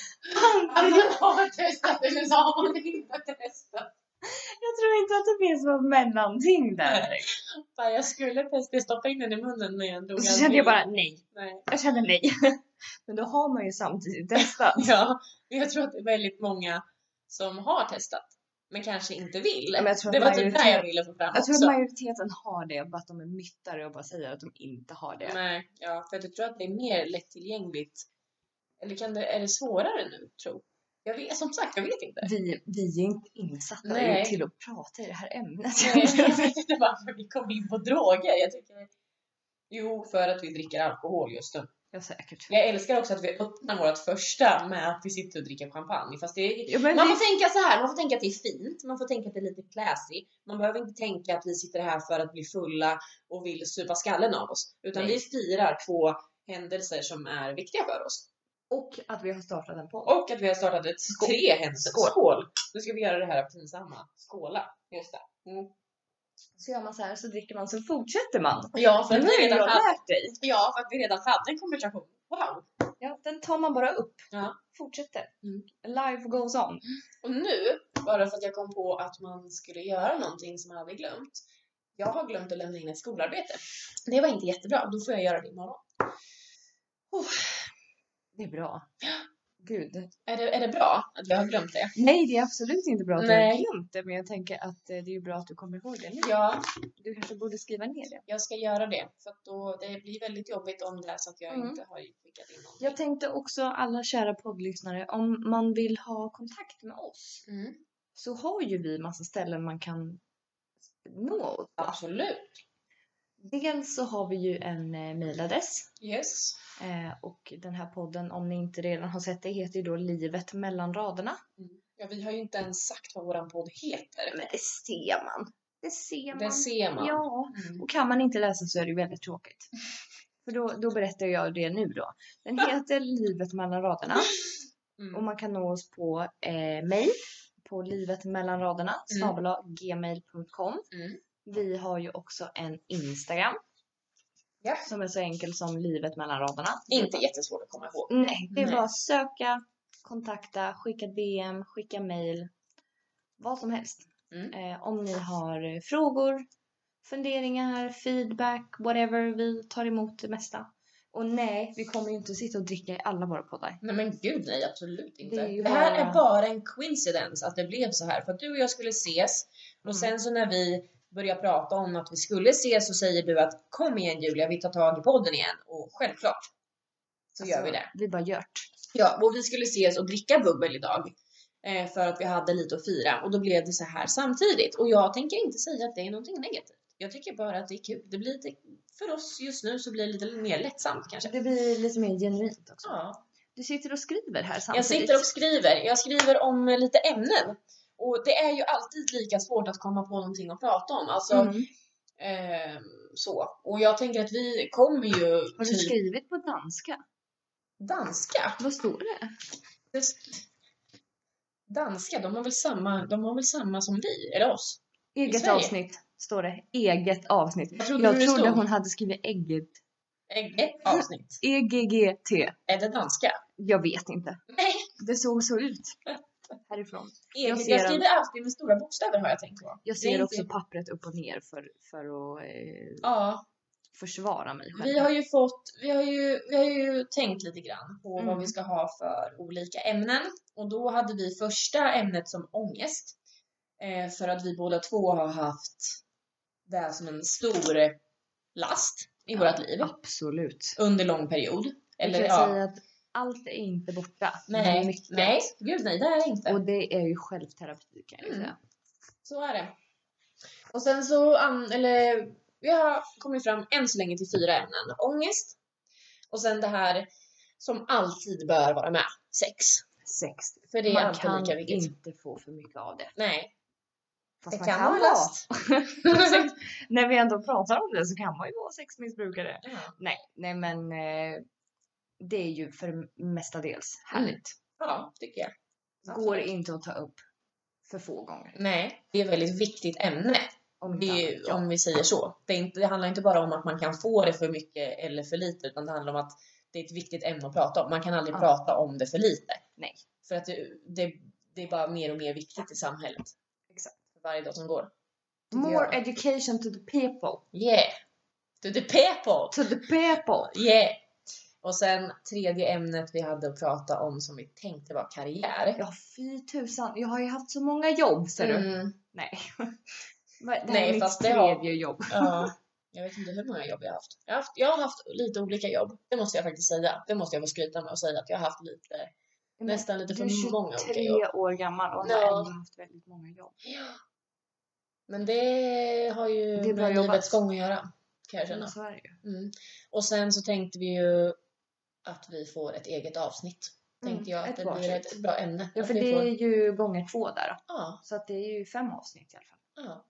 Att man har testat eller så har man inte testat. Jag tror inte att det finns något mellanting där. Nej. Fan, jag skulle testa stoppa in den i munnen när jag drog Och så kände jag bara nej. Nej. Jag kände nej. Men då har man ju samtidigt testat. Ja, jag tror att det är väldigt många som har testat men kanske inte vill. Men jag tror Det att var typ majoritet- där jag ville få fram Jag tror också. att majoriteten har det, bara att de är myttare och bara säger att de inte har det. Nej, ja, för jag tror att det är mer lättillgängligt. Eller kan det, är det svårare nu, tro? Jag vet, som sagt, jag vet inte. Vi, vi är inte insatta Nej. till att prata i det här ämnet. Nej, jag vet inte varför vi kom in på droger. Jag tycker... Jo, för att vi dricker alkohol just nu. Ja, säkert. Jag älskar också att vi öppnar vårt första med att vi sitter och dricker champagne. Fast det är... Jo, men Man vi- får tänka så här, man får tänka att det är fint, man får tänka att det är lite classy. Man behöver inte tänka att vi sitter här för att bli fulla och vill supa skallen av oss. Utan Nej. vi firar två händelser som är viktiga för oss. Och att vi har startat en podd. Och att vi har startat ett Skål. tre händelser. Skål. Skål! Nu ska vi göra det här pinsamma. Skåla. Just det. Mm. Så gör man så här, så dricker man, så fortsätter man. Ja, för Men att nu vi har redan jag hade... lärt dig. Ja, för att vi redan hade en konversation. Wow! Ja, den tar man bara upp. Ja. Fortsätter. Mm. Life goes on. Och nu, bara för att jag kom på att man skulle göra någonting som jag hade glömt. Jag har glömt att lämna in ett skolarbete. Det var inte jättebra, då får jag göra det imorgon. Oh. Det är bra. Gud. Är, det, är det bra att vi har glömt det? Nej, det är absolut inte bra att du Nej. har glömt det. Men jag tänker att eh, det är bra att du kommer ihåg det nu. Ja, Du kanske borde skriva ner det. jag ska göra det. För att då, det blir väldigt jobbigt om det är så att jag Mm. inte har skickat in någonting. Jag tänkte också, alla kära poddlyssnare, om man vill ha kontakt med oss Mm. så har ju vi massa ställen man kan nå oss på. Absolut. Dels så har vi ju en eh, mailadress. Yes. Eh, och den här podden, om ni inte redan har sett det, heter ju då Livet mellan raderna. Mm. Ja, vi har ju inte ens sagt vad våran podd heter. Men det ser man. Det ser man. Det ser man. Ja. Mm. Och kan man inte läsa så är det ju väldigt tråkigt. För då, då berättar jag det nu då. Den heter Livet mellan raderna. Mm. Och man kan nå oss på eh, mail. På livetmellanraderna. Mm. snabel-a gmail punkt com. Mm. Vi har ju också en Instagram. Ja. Som är så enkel som Livet mellan raderna. Inte jättesvårt att komma ihåg. Nej, det är Nej. bara att söka, kontakta, skicka D M, skicka mail. Vad som helst. Mm. Eh, om ni har eh, frågor, funderingar, feedback, whatever. Vi tar emot det mesta. Och nej, vi kommer ju inte sitta och dricka i alla våra poddar. Nej men gud, nej absolut inte. Det Det, är ju här bara- är bara en coincidence att det blev så här. För att du och jag skulle ses. Och Mm. sen så när vi börjar prata om att vi skulle ses så säger du att kom igen Julia, vi tar tag i podden igen. Och självklart så gör vi det. Alltså, vi bara gjort. Ja, och vi skulle ses och dricka bubbel idag. Eh, för att vi hade lite att fira. Och då blev det så här samtidigt. Och jag tänker inte säga att det är någonting negativt. Jag tycker bara att det är kul. Det blir lite, för oss just nu så blir det lite mer lättsamt kanske. Det blir lite mer genuint också. Ja. Du sitter och skriver här Jag samtidigt. sitter och skriver. Jag skriver om lite ämnen. Och det är ju alltid lika svårt att komma på någonting att prata om. Alltså, Mm. eh, så. Och jag tänker att vi kommer ju Har du typ skrivit på danska? danska. Vad står det? Det- Danska, de har väl samma, de har väl samma som vi, eller oss? Eget Sverige? avsnitt står det. Eget avsnitt. Jag trodde, Jag det trodde stod hon hade skrivit ägget. ett avsnitt. E G G T. Är det danska? Jag vet inte. Nej. Det såg så ut. Härifrån. Jag, Jag ser jag skriver alltid med stora bokstäver har jag tänkt på. Jag Det är ser inte- också pappret upp och ner för, för att eh, Ja, försvara mig själv. vi har ju fått, vi har ju, vi har ju tänkt lite grann på Mm. vad vi ska ha för olika ämnen. Och då hade vi första ämnet som ångest. Eh, för att vi båda två har haft det som en stor last i vårt liv. Absolut. Under lång period. Eller Eller jag kan ja, säga att allt är inte borta. Men nej, mycket. nej, gud nej, det är det inte. Och det är ju självterapi kan jag Mm. säga. Så är det. Och sen så, an, eller vi har kommit fram än så länge till fyra ämnen. Ångest. Och sen det här som alltid bör vara med. Sex. Sex. För det är Man alltid kan lika viktigt. inte få för mycket av det. Nej. Fast Det man kan kan vara vara. last. När vi ändå pratar om det så kan man ju vara sexmissbrukare. Ja. Nej, nej men eh, det är ju för mestadels härligt. Ja, tycker jag. Går Absolut. inte att ta upp för få gånger. Nej, det är ett väldigt viktigt ämne. Om, Det inte är, annat, ja. om vi säger så. Det, är inte, det handlar inte bara om att man kan få det för mycket eller för lite. Utan det handlar om att det är ett viktigt ämne att prata om. Man kan aldrig Ja. prata om det för lite. Nej. För att det, det, det är bara mer och mer viktigt i samhället. Exakt. För varje dag som går. More Ja. education to the people. Yeah. To the people. To the people. Yeah. Och sen tredje ämnet vi hade att prata om som vi tänkte var karriär. Ja, fy tusan. Jag har ju haft så många jobb, ser du. Mm. Nej. Det här Nej, är mitt fast det har- tredje jobb. Ja. Jag vet inte hur många jobb jag har haft. Jag har haft, jag har haft lite olika jobb. Det måste jag faktiskt säga. Det måste jag få skryta med och säga att jag har haft lite. Nästan lite Du är för många olika tjugotre jobb. år gammal och har Ja. ändå haft väldigt många jobb. Men det har ju Det är bra med jobbat. livets gång att göra. Kan jag Men känna. så är det ju. Mm. Och sen så tänkte vi ju att vi får ett eget avsnitt. Tänkte jag att ett det blir varsitt. ett bra ämne. Ja, Att för vi det får... är ju gånger två där. Ja, Så att det är ju fem avsnitt i alla fall. ja.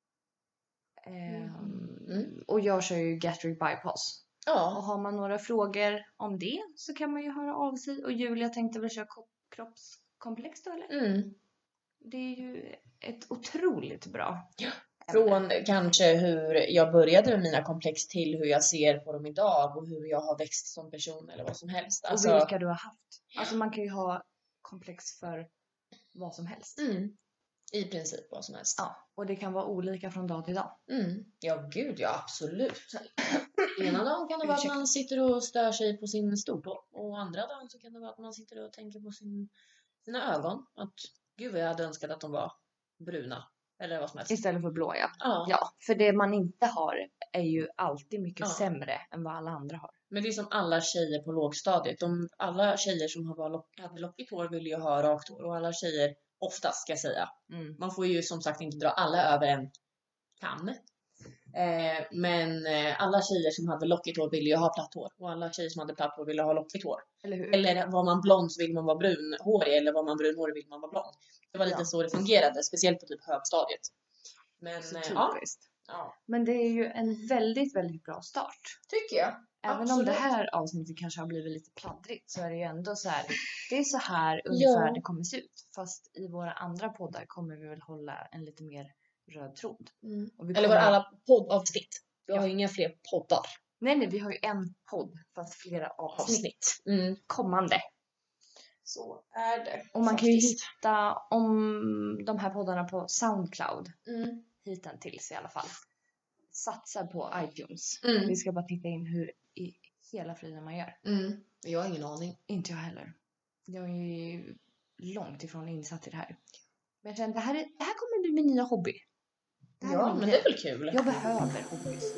Ehm, Mm. Och jag kör ju gastric bypass. Och Ja, har man några frågor om det så kan man ju höra av sig. Och Julia tänkte väl köra ko- kroppskomplex då eller? mm. Det är ju ett otroligt bra Ja. ämne. Från kanske hur jag började med mina komplex till hur jag ser på dem idag och hur jag har växt som person eller vad som helst. Alltså, Och vilka du har haft. Alltså man kan ju ha komplex för vad som helst. mm. I princip vad som helst. Ja, och det kan vara olika från dag till dag. Mm. Ja, gud ja, absolut. Ena dagen kan det vara att Ursäkta. man sitter och stör sig på sin stortå. Och andra dagen så kan det vara att man sitter och tänker på sin, sina ögon. Att gud vad jag hade önskat att de var bruna. Eller vad som helst. Istället för blå, ja. Ja. Ja, för det man inte har är ju alltid mycket Ja. sämre än vad alla andra har. Men det är som alla tjejer på lågstadiet. De, alla tjejer som har var lock, hade lockigt hår vill ju ha rakt hår. Och alla tjejer, oftast ska jag säga. Mm. Man får ju som sagt inte dra alla över en kam. Eh, men eh, alla tjejer som hade lockigt hår ville ju ha platt hår. Och alla tjejer som hade platt hår ville ha lockigt hår. Eller hur? Eller var man blond så vill man vara brunhårig. Eller var man brunhårig vill man vara blond. Det var lite Ja. så det fungerade. Speciellt på typ högstadiet. Men Så eh, ja, typiskt. ja, Men det är ju en väldigt, väldigt bra start. tycker jag. Även Absolut. om det här avsnittet kanske har blivit lite pladdrigt så är det ju ändå så här. Det är så här ungefär Ja. det kommer se ut. Fast i våra andra poddar kommer vi väl hålla en lite mer röd tråd. Mm. Och vi Eller kommer... våra alla poddavsnitt. Vi har Ja. ju inga fler poddar. Nej, nej, vi har ju en podd fast flera avsnitt, Avsnitt. Mm. kommande. Så är det. Och man kan ju faktiskt. hitta om de här poddarna på Soundcloud. Mm. Hittills i alla fall. Satsa på iTunes. Mm. Vi ska bara titta in hur i hela friden man gör. Mm. Jag har ingen aning. Inte jag heller. Jag är ju långt ifrån insatt i det här. Men jag känner, det här, är, det här kommer bli min nya hobby. Det här är Ja, min men grej. det är väl kul. Jag behöver hobbys.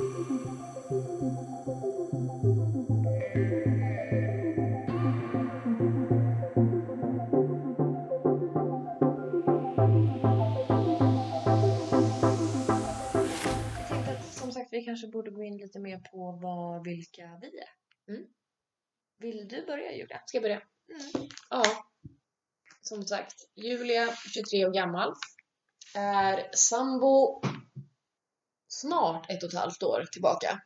Jag tänkte att som sagt vi kanske borde gå in lite mer på vad, vilka vi är. Mm. Vill du börja, Julia? Ska jag börja? Mm. Ja. Som sagt, Julia, tjugotre år gammal. Är sambo snart ett och ett halvt år tillbaka.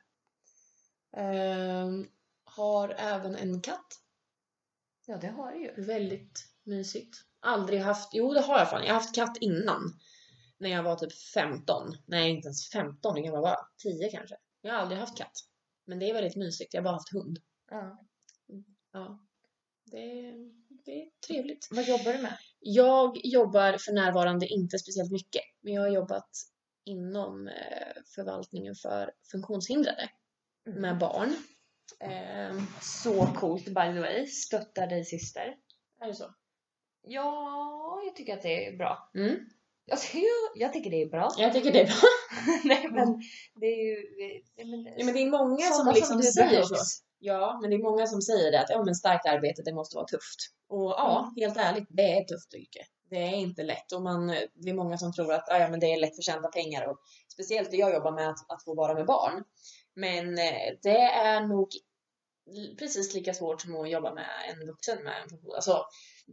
Ehm, har även en katt. Ja, det har jag ju. Väldigt mysigt. Aldrig haft, jo det har jag fan. Jag har haft katt innan. När jag var typ femton. Nej, inte ens femton. Jag var bara tio kanske. Jag har aldrig haft katt. Men det är väldigt mysigt. Jag har bara haft hund. Ja. Ja. Det, det är trevligt. Vad jobbar du med? Jag jobbar för närvarande inte speciellt mycket. Men jag har jobbat inom eh, förvaltningen för funktionshindrade. Mm. Med barn. Ehm, Så coolt, by the way. Stöttar dig syster. är det så? Ja, jag tycker att det är bra. Mm. Alltså, jag, jag tycker det är bra. Jag tycker det är bra. Nej, men det är ju... Det, men, Ja, men det är många som sådana liksom du säger behövs. så. Ja, men det är många som säger det att ja, men starkt arbete, det måste vara tufft. Och ja, helt ärligt, det är ett tufft yrke. Det är inte lätt. Och man, det är många som tror att ja, men det är lätt förtjänta pengar. Och speciellt det jag jobbar med, att, att få vara med barn. Men eh, det är nog precis lika svårt som att jobba med en vuxen med en funktion. Alltså,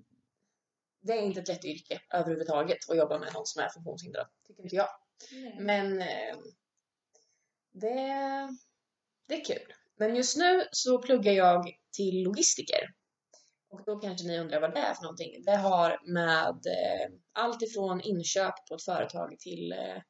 det är inte ett lätt yrke överhuvudtaget att jobba med någon som är funktionshindrad, tycker inte jag. Nej. Men eh, det, det är kul. Men just nu så pluggar jag till logistiker. Och då kanske ni undrar vad det är för någonting. Det har med eh, allt ifrån inköp på ett företag till eh,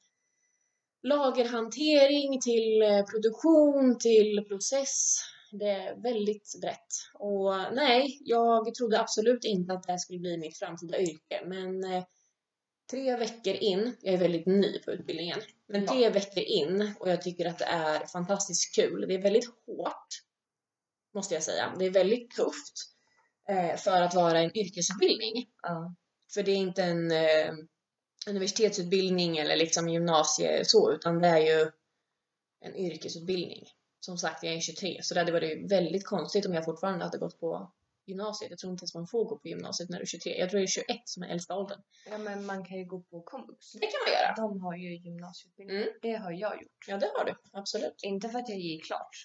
lagerhantering, till eh, produktion, till process. Det är väldigt brett. Och nej, jag trodde absolut inte att det skulle bli mitt framtida yrke. Men eh, tre veckor in, jag är väldigt ny på utbildningen. Men Ja. tre veckor in och jag tycker att det är fantastiskt kul. Det är väldigt hårt, måste jag säga. Det är väldigt tufft eh, för att vara en yrkesutbildning. Ja. För det är inte en eh, universitetsutbildning eller liksom gymnasie så, utan det är ju en yrkesutbildning. Som sagt, jag är tjugotre, så det hade varit väldigt konstigt om jag fortfarande hade gått på gymnasiet. Jag tror inte ens man får gå på gymnasiet när du är tjugotre. Jag tror det är tjugoett som är äldsta åldern. Ja, men man kan ju gå på komvux. Det kan man göra. De har ju gymnasieutbildning. Mm. Det har jag gjort. Ja, det har du. Absolut. Inte för att jag gick klart.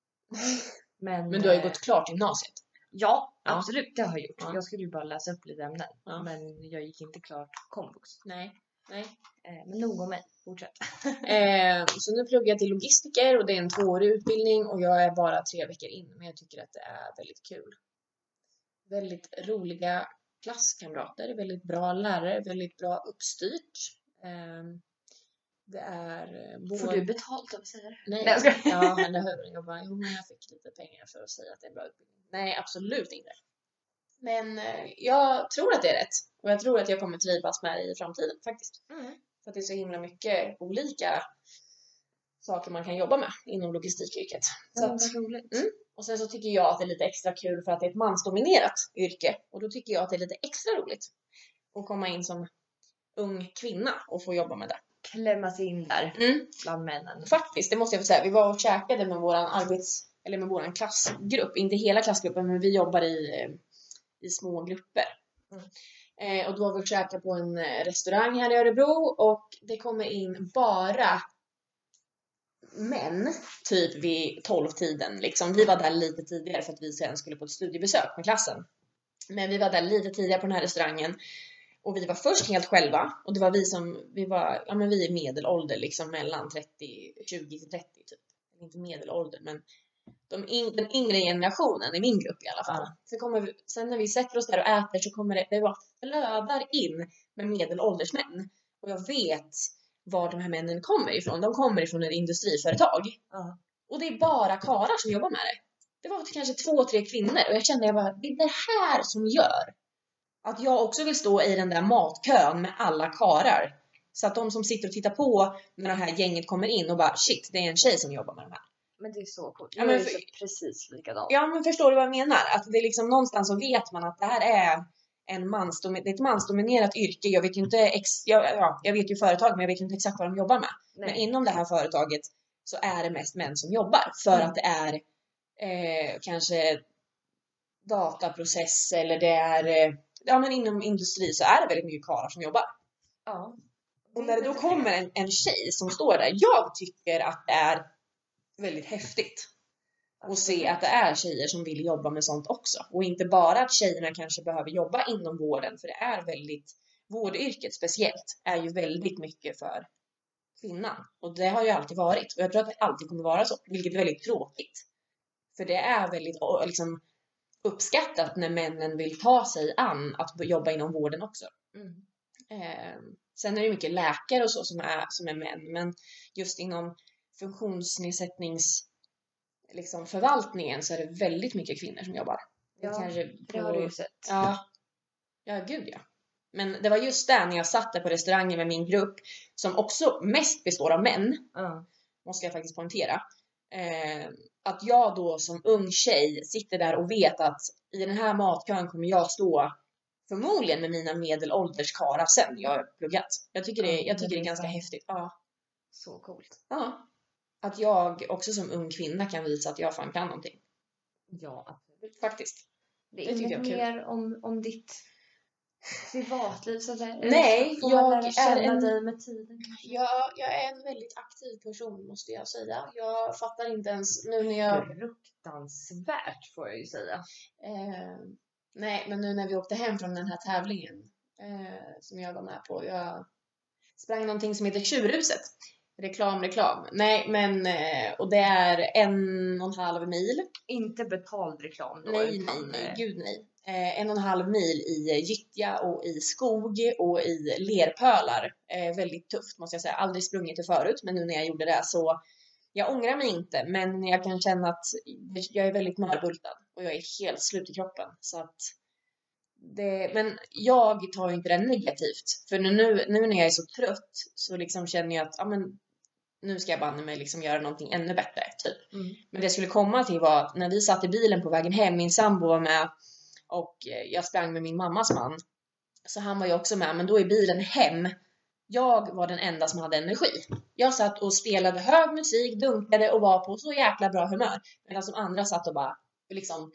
Men, Men du har ju eh, gått klart gymnasiet. Ja, Ja. absolut. Det har jag gjort. Ja. Jag skulle ju bara läsa upp lite ämnen. Ja. Men jag gick inte klart komvux. Nej. Nej. Eh, men nog om mig. Fortsätt. Eh, så nu pluggar jag till logistiker och det är en tvåårig utbildning och jag är bara tre veckor in. Men jag tycker att det är väldigt kul. Väldigt roliga klasskamrater, väldigt bra lärare, väldigt bra uppstyrt. Eh, det är eh, både... Får du betalt av att säga det? Nej, Nej, jag skojar. ja, men det hör jag bara, jo, men jag fick lite pengar för att säga att det är en bra utbildning. Nej, absolut inte. Men eh, jag tror att det är rätt. Och jag tror att jag kommer trivas med det i framtiden faktiskt. Mm. För att det är så himla mycket olika saker man kan jobba med inom logistikyrket. Så Ja, att, vad roligt. mm. Och sen så tycker jag att det är lite extra kul för att det är ett mansdominerat yrke. Och då tycker jag att det är lite extra roligt att komma in som ung kvinna och få jobba med det. Klämma sig in där Mm. bland männen. Faktiskt, det måste jag få säga. Vi var och käkade med våran arbets... Eller med våran klassgrupp. Inte hela klassgruppen, men vi jobbar i, eh, i små grupper. Mm. Eh, och då var vi och käkade på en eh, restaurang här i Örebro. Och det kommer in bara män. Typ vid tolv-tiden. Liksom. Vi var där lite tidigare för att vi sen skulle på ett studiebesök med klassen. Men vi var där lite tidigare på den här restaurangen. Och vi var först helt själva. Och det var vi som, vi var, ja men vi är medelålder liksom mellan trettio, tjugo till trettio typ. Inte medelålder, men de in, den yngre generationen i min grupp i alla fall. Ja. Så kommer vi, sen när vi sätter oss där och äter så kommer det, det bara flödar in med medelålders män. Och jag vet var de här männen kommer ifrån. De kommer ifrån ett industriföretag. Ja. Och det är bara karlar som jobbar med det. Det var kanske två, tre kvinnor. Och jag kände jag bara, det är det här som gör att jag också vill stå i den där matkön med alla karar. Så att de som sitter och tittar på när det här gänget kommer in och bara, shit, det är en tjej som jobbar med de här. Men det är så coolt. Ja, Jag men är för- så precis likadant. Ja, men förstår du vad jag menar? Att det är liksom någonstans så vet man att det här är en mansdomi- det är ett mansdominerat yrke. Jag vet ju inte ex- jag, ja, jag vet ju företag, men jag vet ju inte exakt vad de jobbar med. Nej. Men inom det här företaget så är det mest män som jobbar. För Mm. att det är eh, kanske dataprocess eller det är... Eh, ja, men inom industri så är det väldigt mycket karlar som jobbar. Ja. Och när det då kommer en, en tjej som står där, jag tycker att det är väldigt häftigt. Och se att det är tjejer som vill jobba med sånt också. Och inte bara att tjejerna kanske behöver jobba inom vården. För det är väldigt, vårdyrket speciellt är ju väldigt mycket för kvinnan. Och det har ju alltid varit. Och jag tror att det alltid kommer vara så. Vilket är väldigt tråkigt. För det är väldigt liksom, uppskattat när männen vill ta sig an att jobba inom vården också. Mm. Eh, sen är det mycket läkare och så som är, som är män. Men just inom funktionsnedsättnings liksom förvaltningen så är det väldigt mycket kvinnor som jobbar. Det, Ja, kanske Det har du ju sett. Ja, ja gud ja. Men det var just där när jag satt där på restaurangen med min grupp som också mest består av män, Ja. måste jag faktiskt poängtera. Eh, att jag då som ung tjej sitter där och vet att i den här matkön kommer jag stå förmodligen med mina medelålders karlar sen jag har pluggat. Jag tycker det, jag tycker det är ganska häftigt. Ja. Så coolt. Ja. Att jag också som ung kvinna kan visa att jag fan kan någonting. Ja, absolut. Faktiskt. Det Det är tycker inget jag är kul. mer om, om ditt privatliv så där. Nej, Får man jag lära är känna en- dig med tiden kanske? Jag, jag är en väldigt aktiv person måste jag säga. Jag fattar inte ens nu när jag... Fruktansvärt får jag ju säga. Eh, nej, men nu när vi åkte hem från den här tävlingen eh, som jag var med på. Jag sprang någonting som heter Tjurhuset. Reklam, reklam. Nej, men... Eh, och det är en och en halv mil. Inte betald reklam då. Nej, utan, nej, nej, eh, gud nej. Eh, en och en halv mil i gyttja och i skog och i lerpölar. Eh, väldigt tufft måste jag säga. Aldrig sprungit det förut, men nu när jag gjorde det så jag ångrar mig inte. Men jag kan känna att jag är väldigt mörbultad och jag är helt slut i kroppen. Så att det, men jag tar ju inte det negativt. För nu, nu, nu när jag är så trött så liksom känner jag att ja, men, nu ska jag banne mig liksom göra någonting ännu bättre. Typ. Mm. Men det jag skulle komma till var att när vi satt i bilen på vägen hem, min sambo var med och jag sprang med min mammas man. Så han var ju också med, men då i bilen hem, jag var den enda som hade energi. Jag satt och spelade hög musik, dunkade och var på så jäkla bra humör. Medan de andra satt och bara liksom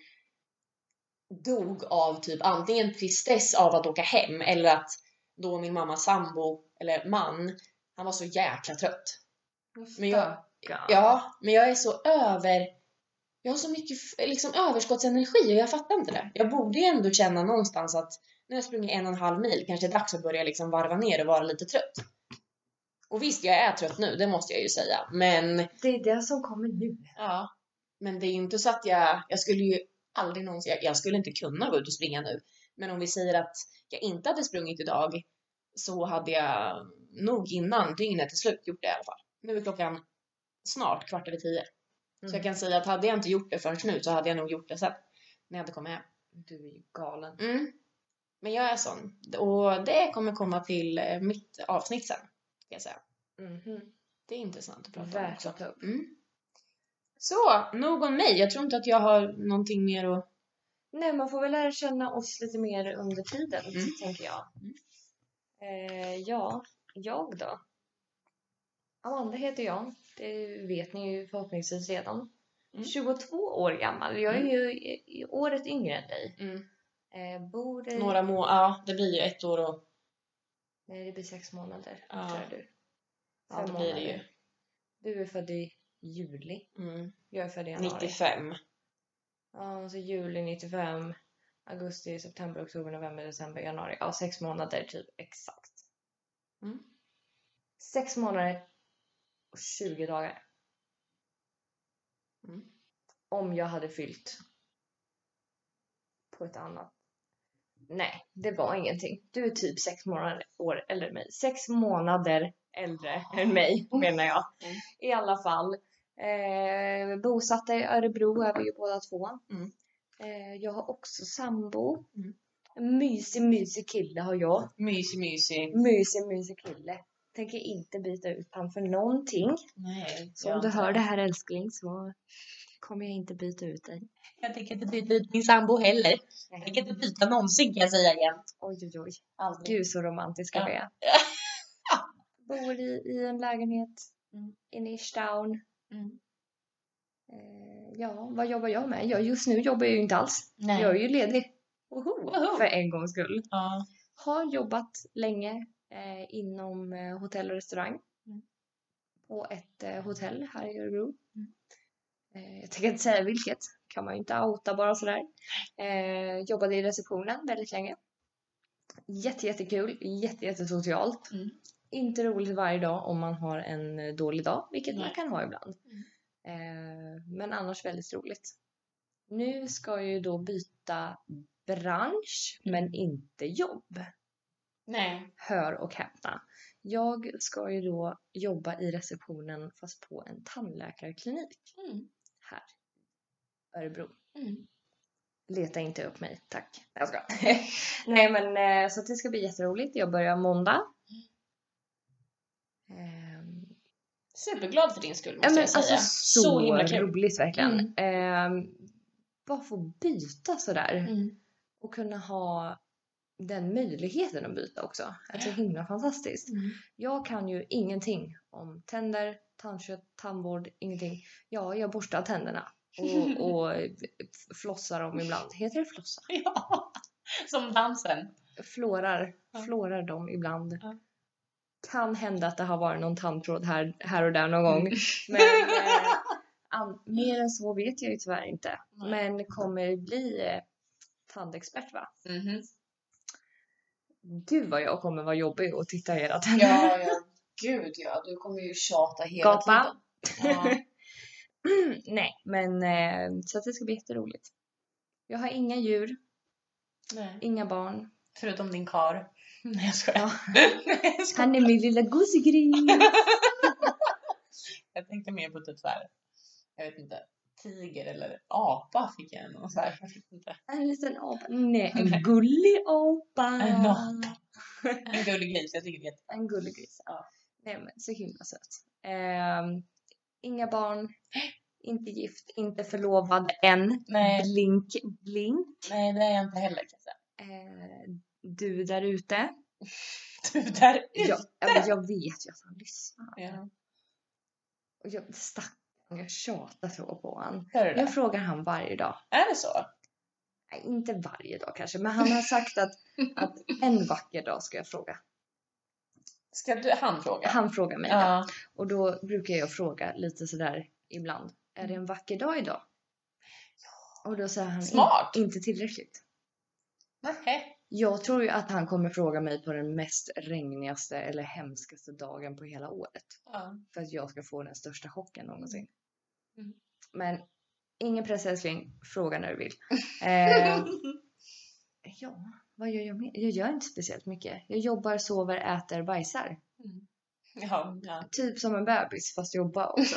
dog av typ antingen tristess av att åka hem eller att då min mammas sambo eller man, han var så jäkla trött. Men jag, ja, men jag är så över... Jag har så mycket liksom, överskottsenergi och jag fattar inte det. Jag borde ju ändå känna någonstans att när jag sprungit en och en halv mil kanske det är dags att börja liksom varva ner och vara lite trött. Och visst, jag är trött nu, det måste jag ju säga. Men... Det är det som kommer nu. Ja, men det är ju inte så att jag... Jag skulle ju aldrig någonsin... Jag, jag skulle inte kunna gå ut och springa nu. Men om vi säger att jag inte hade sprungit idag så hade jag nog innan dygnet till slut gjort det i alla fall. Nu är klockan snart kvart över tio. Mm. Så jag kan säga att hade jag inte gjort det förrän nu så hade jag nog gjort det sen. När jag hade kommit hem. Du är ju galen. Mm. Men jag är sån. Och det kommer komma till eh, mitt avsnitt sen. Ska jag säga. Mhm. Det är intressant att prata om Värt också. att ta upp. Mm. Så, nog om mig. Jag tror inte att jag har någonting mer att... Nej, man får väl lära känna oss lite mer under tiden, Mm. tänker jag. Mm. Eh, ja, jag då? Amanda heter jag. Det vet ni ju förhoppningsvis redan. Mm. tjugotvå år gammal. Jag är ju i, i året yngre än dig. Mm. Eh, bor i... Några må... Ja, det blir ju ett år och... Nej, det blir sex månader. Ja. Tror jag du. Ja, Fem det blir det ju. månader. Du är född i juli. Mm. Jag är född i januari. nittiofem. Ja, så juli nittiofem. Augusti, september, oktober, november, december, januari. Ja, sex månader typ exakt. Mm. Sex månader och tjugo dagar. Mm. om jag hade fyllt på ett annat. Nej, det var ingenting. Du är typ sex månader år äldre än mig. Sex månader äldre än mig, menar jag. Mm. I alla fall. Eh, bosatta i Örebro är vi ju båda två. Mm. Eh, jag har också sambo. Mm. En mysig, mysig kille har jag. Mysig, mysig. Mysig, mysig kille. Tänker inte byta ut han för någonting. Nej. Så om du hör det här, älskling, så kommer jag inte byta ut dig. Jag tänker inte byta ut min sambo heller. Jag tänker inte byta någonsin, kan jag säga igen. Oj, oj, oj. Aldrig. Gud, så romantiska Ja. vi är. Bor i, i en lägenhet Mm. inne i stan. Mm. Eh, ja, vad jobbar jag med? Jag, just nu jobbar jag ju inte alls. Nej. Jag är ju ledig. Woho, Woho. för en gångs skull. Ja. Har jobbat länge eh, inom eh, hotell och restaurang. Mm. På ett eh, hotell här i Örebro. Mm. Eh, jag tänker inte säga vilket. Kan man ju inte outa bara sådär. Eh, jobbade i receptionen väldigt länge. Jätte, jättekul. Jätte, jättesocialt. Mm. Inte roligt varje dag om man har en dålig dag. Vilket Nej. man kan ha ibland. Mm. Eh, men annars väldigt roligt. Nu ska jag ju då byta bransch. Men inte jobb. Nej. Hör och häpna. Jag ska ju då jobba i receptionen fast på en tandläkarklinik Mm. här i Örebro. Mm. Leta inte upp mig, tack. Jag ska. Nej men eh, så det ska bli jätteroligt. Jag börjar måndag. Ehm, Superglad för din skull, måste ja, men jag säga. alltså så, Så himla kul. roligt verkligen. Mm. Ehm, bara få byta sådär. Mm. Och kunna ha den möjligheten att byta också. Det är så himla fantastiskt. Mm. Jag kan ju ingenting om tänder, tandkött, tandvård, ingenting. Ja, jag borstar tänderna och, och flossar dem ibland. Heter det flossa? Ja, som dansen. Flårar, Ja. flårar dem ibland. Ja. Kan hända att det har varit någon tandtråd här, här och där någon gång. Mm. Men eh, an, mer än så vet jag ju tyvärr inte. Nej. Men kommer bli eh, tandexpert va? Mhm. Gud vad jag kommer vara jobbig och titta i era tänder. Ja, ja. Gud ja. Du kommer ju tjata hela Gapa. tiden. Ja. Nej, men eh, så att det ska bli jätteroligt. Jag har inga djur, Nej. inga barn. Förutom din kar. Nej, jag skojar. Ja. Nej, jag skojar. Han är min lilla gosegris. Jag tänkte mer på typ så här, jag vet inte, tiger eller apa fick jag någon så här, jag vet inte. En liten apa. Nej, en gullig apa. En apa. En gullig gris, jag tycker det är jätte... En gullig gris, ja. Nej men så himla söt. Ehm, inga barn. Inte gift, inte förlovad än. Nej. Blink, blink. Nej, det är jag inte heller kan jag säga. Eh, du där ute. Du där ute. Jag, jag, jag vet ju att han lyssnar. Ja. Och jag, stackarn, jag tjatar så på han. Hör du det? Jag frågar han varje dag. Är det så? Nej, inte varje dag kanske. Men han har sagt att, att en vacker dag ska jag fråga. Ska du, han fråga? Han frågar mig. Ja. Och då brukar jag fråga lite sådär ibland. Är det en vacker dag idag? Och då säger han Smart. In, inte tillräckligt. Nej. Jag tror ju att han kommer fråga mig på den mest regnigaste eller hemskaste dagen på hela året. Ja. För att jag ska få den största chocken någonsin. Mm. Men ingen press älskling. Fråga när du vill. Eh, ja, vad gör jag mer? Jag gör inte speciellt mycket. Jag jobbar, sover, äter, bajsar. Mm. Ja, ja. Typ som en bebis fast jobba också.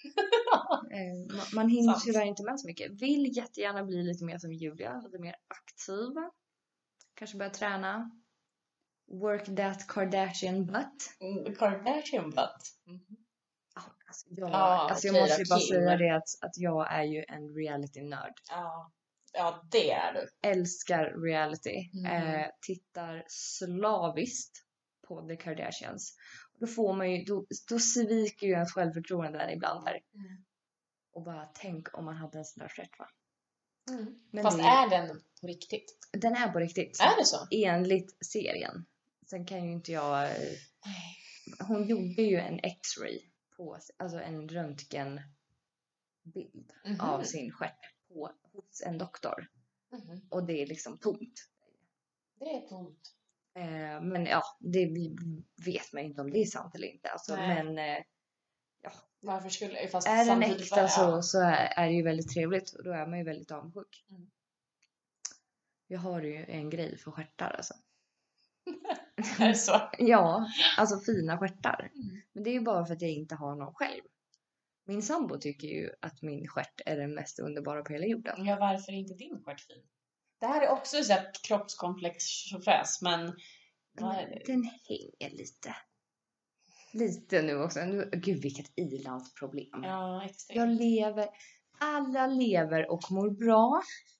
eh, man, man hinner Sant. tyvärr inte med så mycket. Vill jättegärna bli lite mer som Julia. Lite mer aktiv. Kanske börja träna. Work that Kardashian butt. Mm, Kardashian butt. Mm. Ja, alltså jag, Ja, alltså jag okej måste då, ju bara Kim. säga det att, att jag är ju en reality-nörd. Ja. Ja, det är du. Älskar reality. Mm. Eh, tittar slaviskt på The Kardashians. Då får man ju, då, då sviker ju ens självförtroende där ibland där. Mm. Och bara tänk om man hade en sån där stjärt va. Mm. Men Fast det, är den på riktigt? den är på riktigt. Är det så? Enligt serien. Sen kan ju inte jag... eh, Nej. Hon gjorde ju en X-ray på, alltså en röntgenbild Mhm. av sin stjärt på, hos en doktor. Mhm. Och det är liksom tomt. Det är tomt. Eh, men ja, det vi vet man inte om det är sant eller inte. Alltså, Nej. men eh, Ja. Varför skulle jag? Fast Är den samtidigt äkta var- så, ja. så är, är det ju väldigt trevligt. Och då är man ju väldigt avundsjuk. Mm. Jag har ju en grej för stjärtar alltså. Är det så? Ja, alltså fina stjärtar. Mm. Men det är ju bara för att jag inte har någon själv. Min sambo tycker ju att min stjärt är den mest underbara på hela jorden. Ja, varför är inte din stjärt fin? Det här är också så här kroppskomplex tjofräs, men... vad är det? Den hänger lite. Lite nu också. Nu, gud vilket ilandsproblem. Ja, extremt. Jag lever, alla lever och mår bra.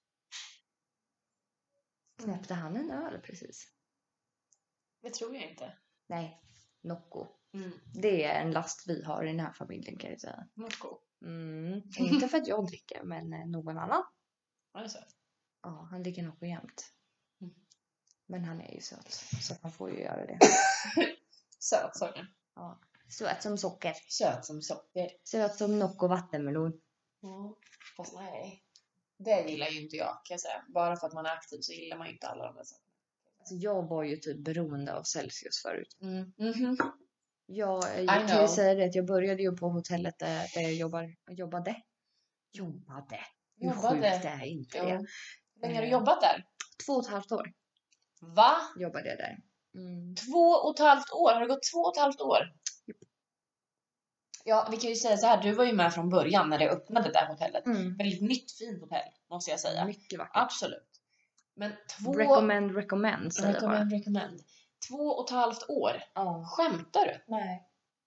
Knäppte han en öl precis? Det tror jag inte. Nej, Nocco. Mm. Det är en last vi har i den här familjen kan jag säga. Nocco. Mm. Inte för att jag dricker, men eh, någon annan. Ja, det är så. Ja, han dricker Nocco jämt. Mm. Men han är ju söt, så han får ju göra det. Söt, sa du. Ja. Söt som socker. Söt som socker. Söt som Nocco vattenmelon. Ja, fast nej. Det gillar ju inte jag, kan jag säga. Bara för att man är aktiv så gillar man ju inte alla de där sakerna. Alltså, jag var ju typ beroende av Celsius förut. Mm. Mhm. Jag, I jag kan know. ju säga det att jag började ju på hotellet där, där jag jobbar, jobbade. Jobbade. Hur Jobbade. sjukt är inte Jo. det? Hur länge har du Eh. jobbat där? Två och ett halvt år Va? jobbade jag där. Mm. Två och ett halvt år? Har det gått två och ett halvt år? Ja, vi kan ju säga så här. Du var ju med från början när det öppnade det där hotellet. Mm. Väldigt nytt, fint hotell, måste jag säga. Mycket vackert. Absolut. Men två... Recommend, recommend säger jag bara. Recommend, recommend. Två och ett halvt år? Ja. Skämtar du? Nej.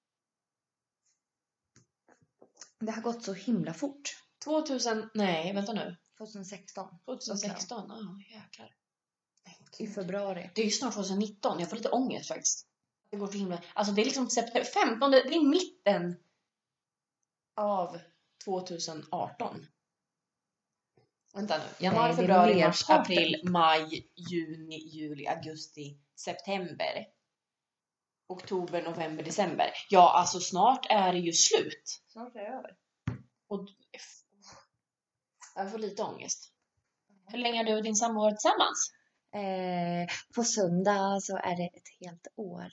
Det har gått så himla fort. tvåtusen... Nej, vänta nu. tjugohundrasexton. tjugohundrasexton? Ja, oh, jäklar. I februari. Det är ju snart tjugonitton. Jag får lite ångest faktiskt. Det går så himla... Alltså det är liksom september... femtonde... Det är mitten av tjugoarton. Vänta nu. Januari, Nej, det är februari, mars, merparten. april, maj, juni, juli, augusti, september. Oktober, november, december. Ja, alltså snart är det ju slut. Snart är det över. Och jag får lite ångest. Hur länge har du och din sambo varit tillsammans? Eh, på söndag så är det ett helt år.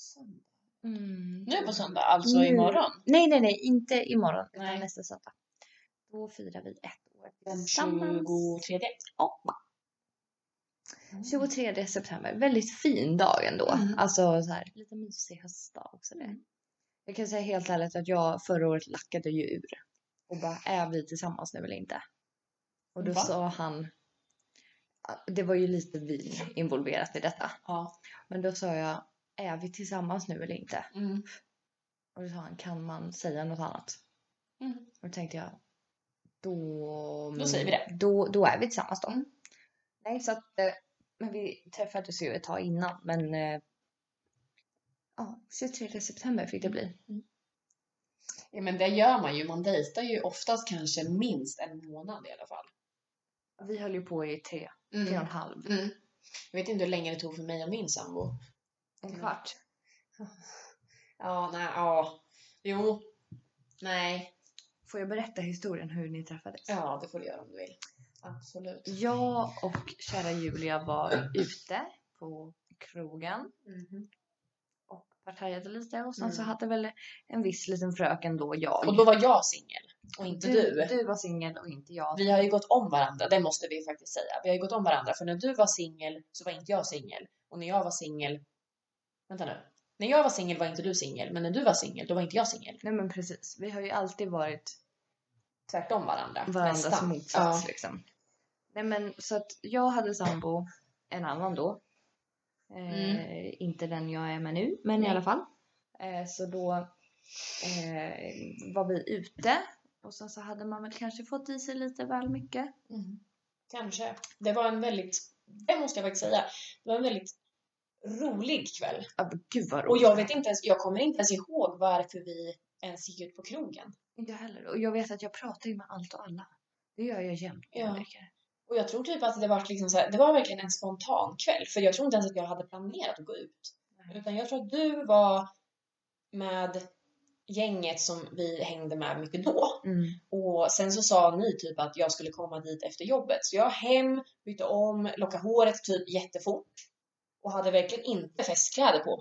Mm. Nu på söndag, alltså Nu. imorgon. Nej, nej, nej. Inte imorgon. Utan Nej. nästa söndag. Då firar vi ett år Den tillsammans. tjugotredje. Ja. tjugotredje september. Väldigt fin dag ändå. Mm. Alltså så här, lite mysig höstdag också det. Mm. Jag kan säga helt ärligt att jag förra året lackade ju ur. Och bara, är vi tillsammans nu eller inte? Och då Va? sa han, det var ju lite vin involverat i detta. Ja. Men då sa jag, är vi tillsammans nu eller inte? Mm. Och då sa han, kan man säga något annat? Mm. Och då tänkte jag, då... Då säger vi det. Då, då är vi tillsammans då. Mm. Nej, så att... eh, Men vi träffades ju ett tag innan, men... eh, Ja, tjugotredje september fick det bli. Ja, men det gör man ju. Man dejtar ju oftast kanske minst en månad i alla fall. Vi höll ju på i tre, tre och en halv. Mm. Jag vet inte hur länge det tog för mig och min sambo. En kvart. Ja, nej, ja. Jo. Nej. Får jag berätta historien hur ni träffades? Ja, det får du göra om du vill. Absolut. Jag och kära Julia var ute på krogen Mhm. och partajade lite. Och sen Mm. så hade väl en viss liten fröken då jag. Och då var jag singel. Och inte du. du. Du var singel och inte jag. Vi har ju gått om varandra, det måste vi faktiskt säga. Vi har ju gått om varandra, för när du var singel så var inte jag singel. Och när jag var singel... Vänta nu. När jag var singel var inte du singel, men när du var singel då var inte jag singel. Nej men precis. Vi har ju alltid varit Tvärtom varandra. varandras nästan. motsats Ja. liksom. Nej men så att jag hade sambo, en annan då. Eh, Inte den jag är med nu, men Nej. i alla fall. Eh, så då eh, var vi ute. Och sen så hade man väl kanske fått i sig lite väl mycket. Mm. Kanske. Det var en väldigt, det måste jag faktiskt säga, det var en väldigt rolig kväll. Ja, gud vad Och roligt. jag vet inte ens, jag kommer inte ens ihåg varför vi ens gick ut på krogen. Inte jag heller. Och jag vet att jag pratar ju med allt och alla. Det gör jag jämt när jag Ja. dricker. Och jag tror typ att det var liksom så här, det var verkligen en spontan kväll. För jag tror inte ens att jag hade planerat att gå ut. Utan jag tror att du var med gänget som vi hängde med mycket då. Mm. Och sen så sa ni typ att jag skulle komma dit efter jobbet. Så jag hem, bytte om, lockade håret typ jättefort. Och hade verkligen inte festkläder på mig.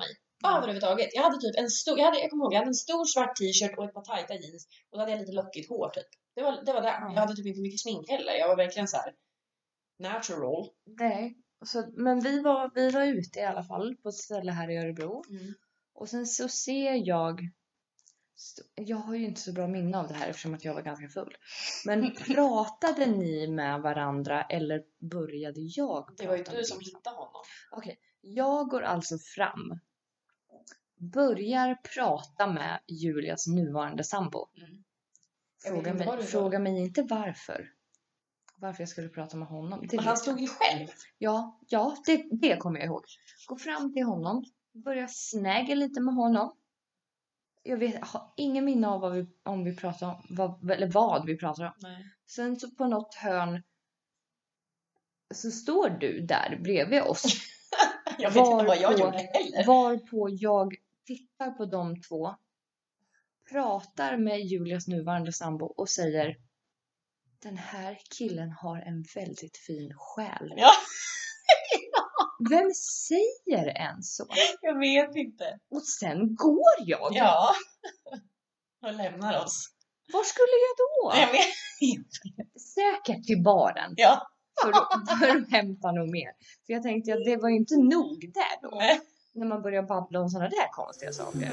Mm. Överhuvudtaget. Jag hade typ en stor, jag, hade, jag kommer ihåg, jag hade en stor svart t-shirt och ett par tajta jeans. Och då hade jag lite lockigt hår typ. Det var det. Var det. Ja. Jag hade typ inte mycket smink heller. Jag var verkligen så här natural. Nej. Så, men vi var, vi var ute i alla fall på ett ställe här i Örebro. Mm. Och sen så ser jag... Jag har ju inte så bra minne av det här eftersom att jag var ganska full. Men pratade ni med varandra eller började jag prata? Det var ju med du som dig? hittade honom. Okej, jag går alltså fram. Börjar prata med Julias nuvarande sambo. Mm. Jag vet Fråga inte vad mig, du fråga mig inte varför. Varför jag skulle prata med honom. Det Men vet han jag. stod ju själv. Ja, ja det, det kommer jag ihåg. Gå fram till honom. Börja snäga lite med honom. Jag vet, jag har ingen minne av vad vi, om vi pratar om. Vad, eller vad vi pratar om. Nej. Sen så på något hörn. Så står du där bredvid oss. Jag vet inte vad jag Varpå- gjorde heller. Varpå jag tittar på de två. Pratar med Julias nuvarande sambo och säger. Den här killen har en väldigt fin själ. Ja, Vem säger en så? jag vet inte. Och sen går jag. Ja. Och lämnar oss. Var skulle jag då? Jag vet. Säkert till baren. Ja. För, att- för att hämta nog mer. För jag tänkte att det var ju inte nog där då. Nej. När man börjar babbla om sådana där konstiga saker.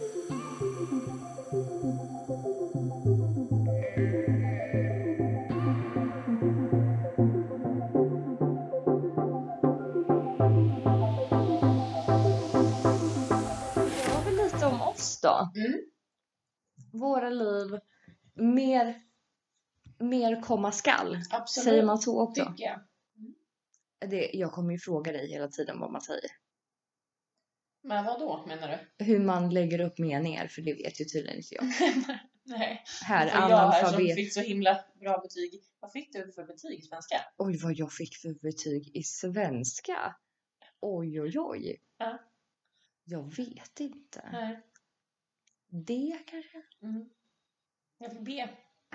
Det var väl lite om oss då. Mm. Våra liv. Mer, mer komma skall. Absolut. Säger man så också? Tycker jag. Det, jag kommer ju fråga dig hela tiden vad man säger. Men vad då menar du? Hur man lägger upp meningar, för det vet ju tydligen inte jag. Nej. Här, För jag här som analfabet. fick så himla bra betyg. Vad fick du för betyg i svenska? Oj, vad jag fick för betyg i svenska. Oj, oj, oj. Ja. Jag vet inte. Nej. Det kanske? Mm. Jag fick B.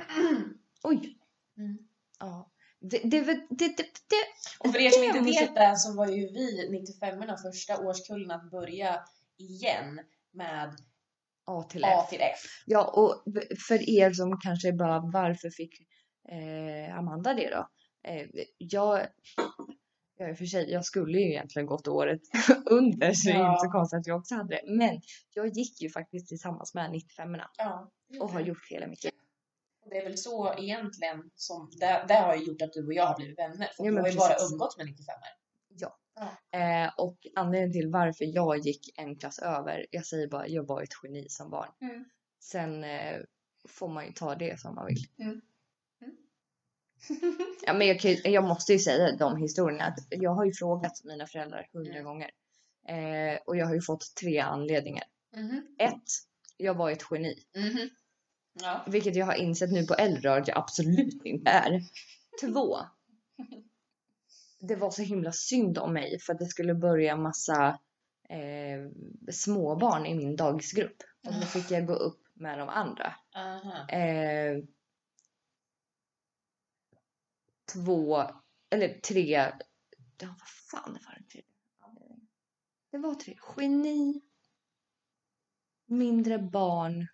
Oj. Mm. Ja. Det, det, det, det, det, det. Och för er som inte Det måste- vet det så var ju vi nittiofem första årskullen att börja igen med A till A F. till F. Ja, och för er som kanske bara, varför fick eh, Amanda det då? Eh, jag, jag är för sig, jag skulle ju egentligen gått året under, så det är Ja. inte så konstigt att jag också hade det. Men jag gick ju faktiskt tillsammans med nittiofem Ja. och har gjort hela mitt liv. Och det är väl så egentligen som det, det har ju gjort att du och jag har blivit vänner. För Ja, du men har ju bara precis. umgåtts med nittiofem. Ja. Ja. Eh, och anledningen till varför jag gick en klass över, jag säger bara, jag var ett geni som barn. Mm. Sen eh, får man ju ta det som man vill. Mm. Mm. Ja, men jag, kan, ju- jag måste ju säga de historierna. Att jag har ju frågat mina föräldrar hundra Mm. gånger. Eh, och jag har ju fått tre anledningar. Mhm. Ett, jag var ett geni. Mhm. Ja. Vilket jag har insett nu på äldre år att jag absolut inte är. Två, det var så himla synd om mig för att det skulle börja massa eh, småbarn i min dagisgrupp. Och då fick jag gå upp med de andra. Aha. Eh, två, eller tre, ja, vad fan det var det tredje anledningen? Det var tre. Geni, mindre barn.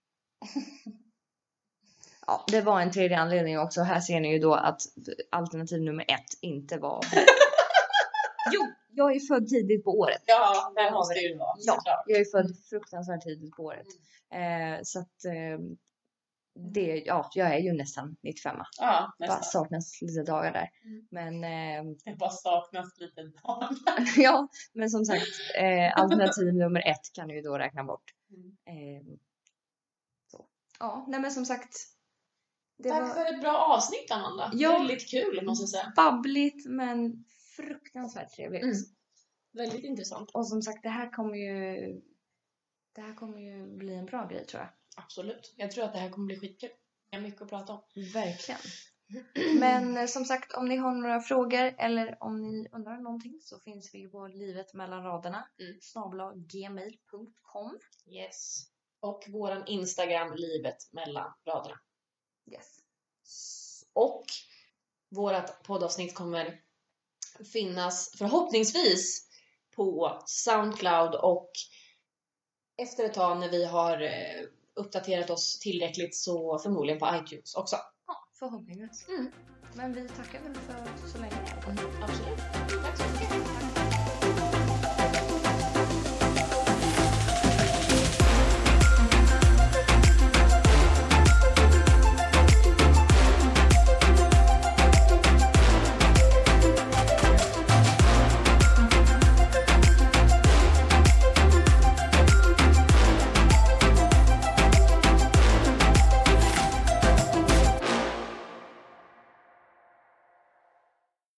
Ja, det var en tredje anledning också. Här ser ni ju då att alternativ nummer ett inte var... Jo, jag är född tidigt på året. Ja, det har måste vi ju vara. Ja, såklart. jag är född fruktansvärt tidigt på året. Eh, så att eh, det, ja, jag är ju nästan nittiofem. Ja, Bara nästan. saknas lite dagar där. Mm. Men eh, Det bara saknas lite dagar. ja, men som sagt, eh, alternativ nummer ett kan du ju då räkna bort. Mm. Eh, så. Ja, nej men som sagt. Det Tack var för ett bra avsnitt, Amanda. Ja. Väldigt kul, måste jag säga. babbligt men fruktansvärt trevligt. Mm. Väldigt intressant. Och som sagt, det här kommer ju det här kommer ju bli en bra grej tror jag. Absolut. Jag tror att det här kommer bli skitkul. Jag har mycket att prata om. Verkligen. Men eh, som sagt, om ni har några frågor eller om ni undrar någonting så finns vi på livet mellan raderna. Mm. snabel-a gmail punkt com. Yes. Och våran Instagram, livet mellan raderna. Yes. Och vårat poddavsnitt kommer finnas förhoppningsvis på Soundcloud och efter ett tag när vi har eh, uppdaterat oss tillräckligt så förmodligen på iTunes också. Ja, förhoppningsvis. Mm. Men vi tackar väl för så länge. Mm, absolut. Tack så mycket. Tack.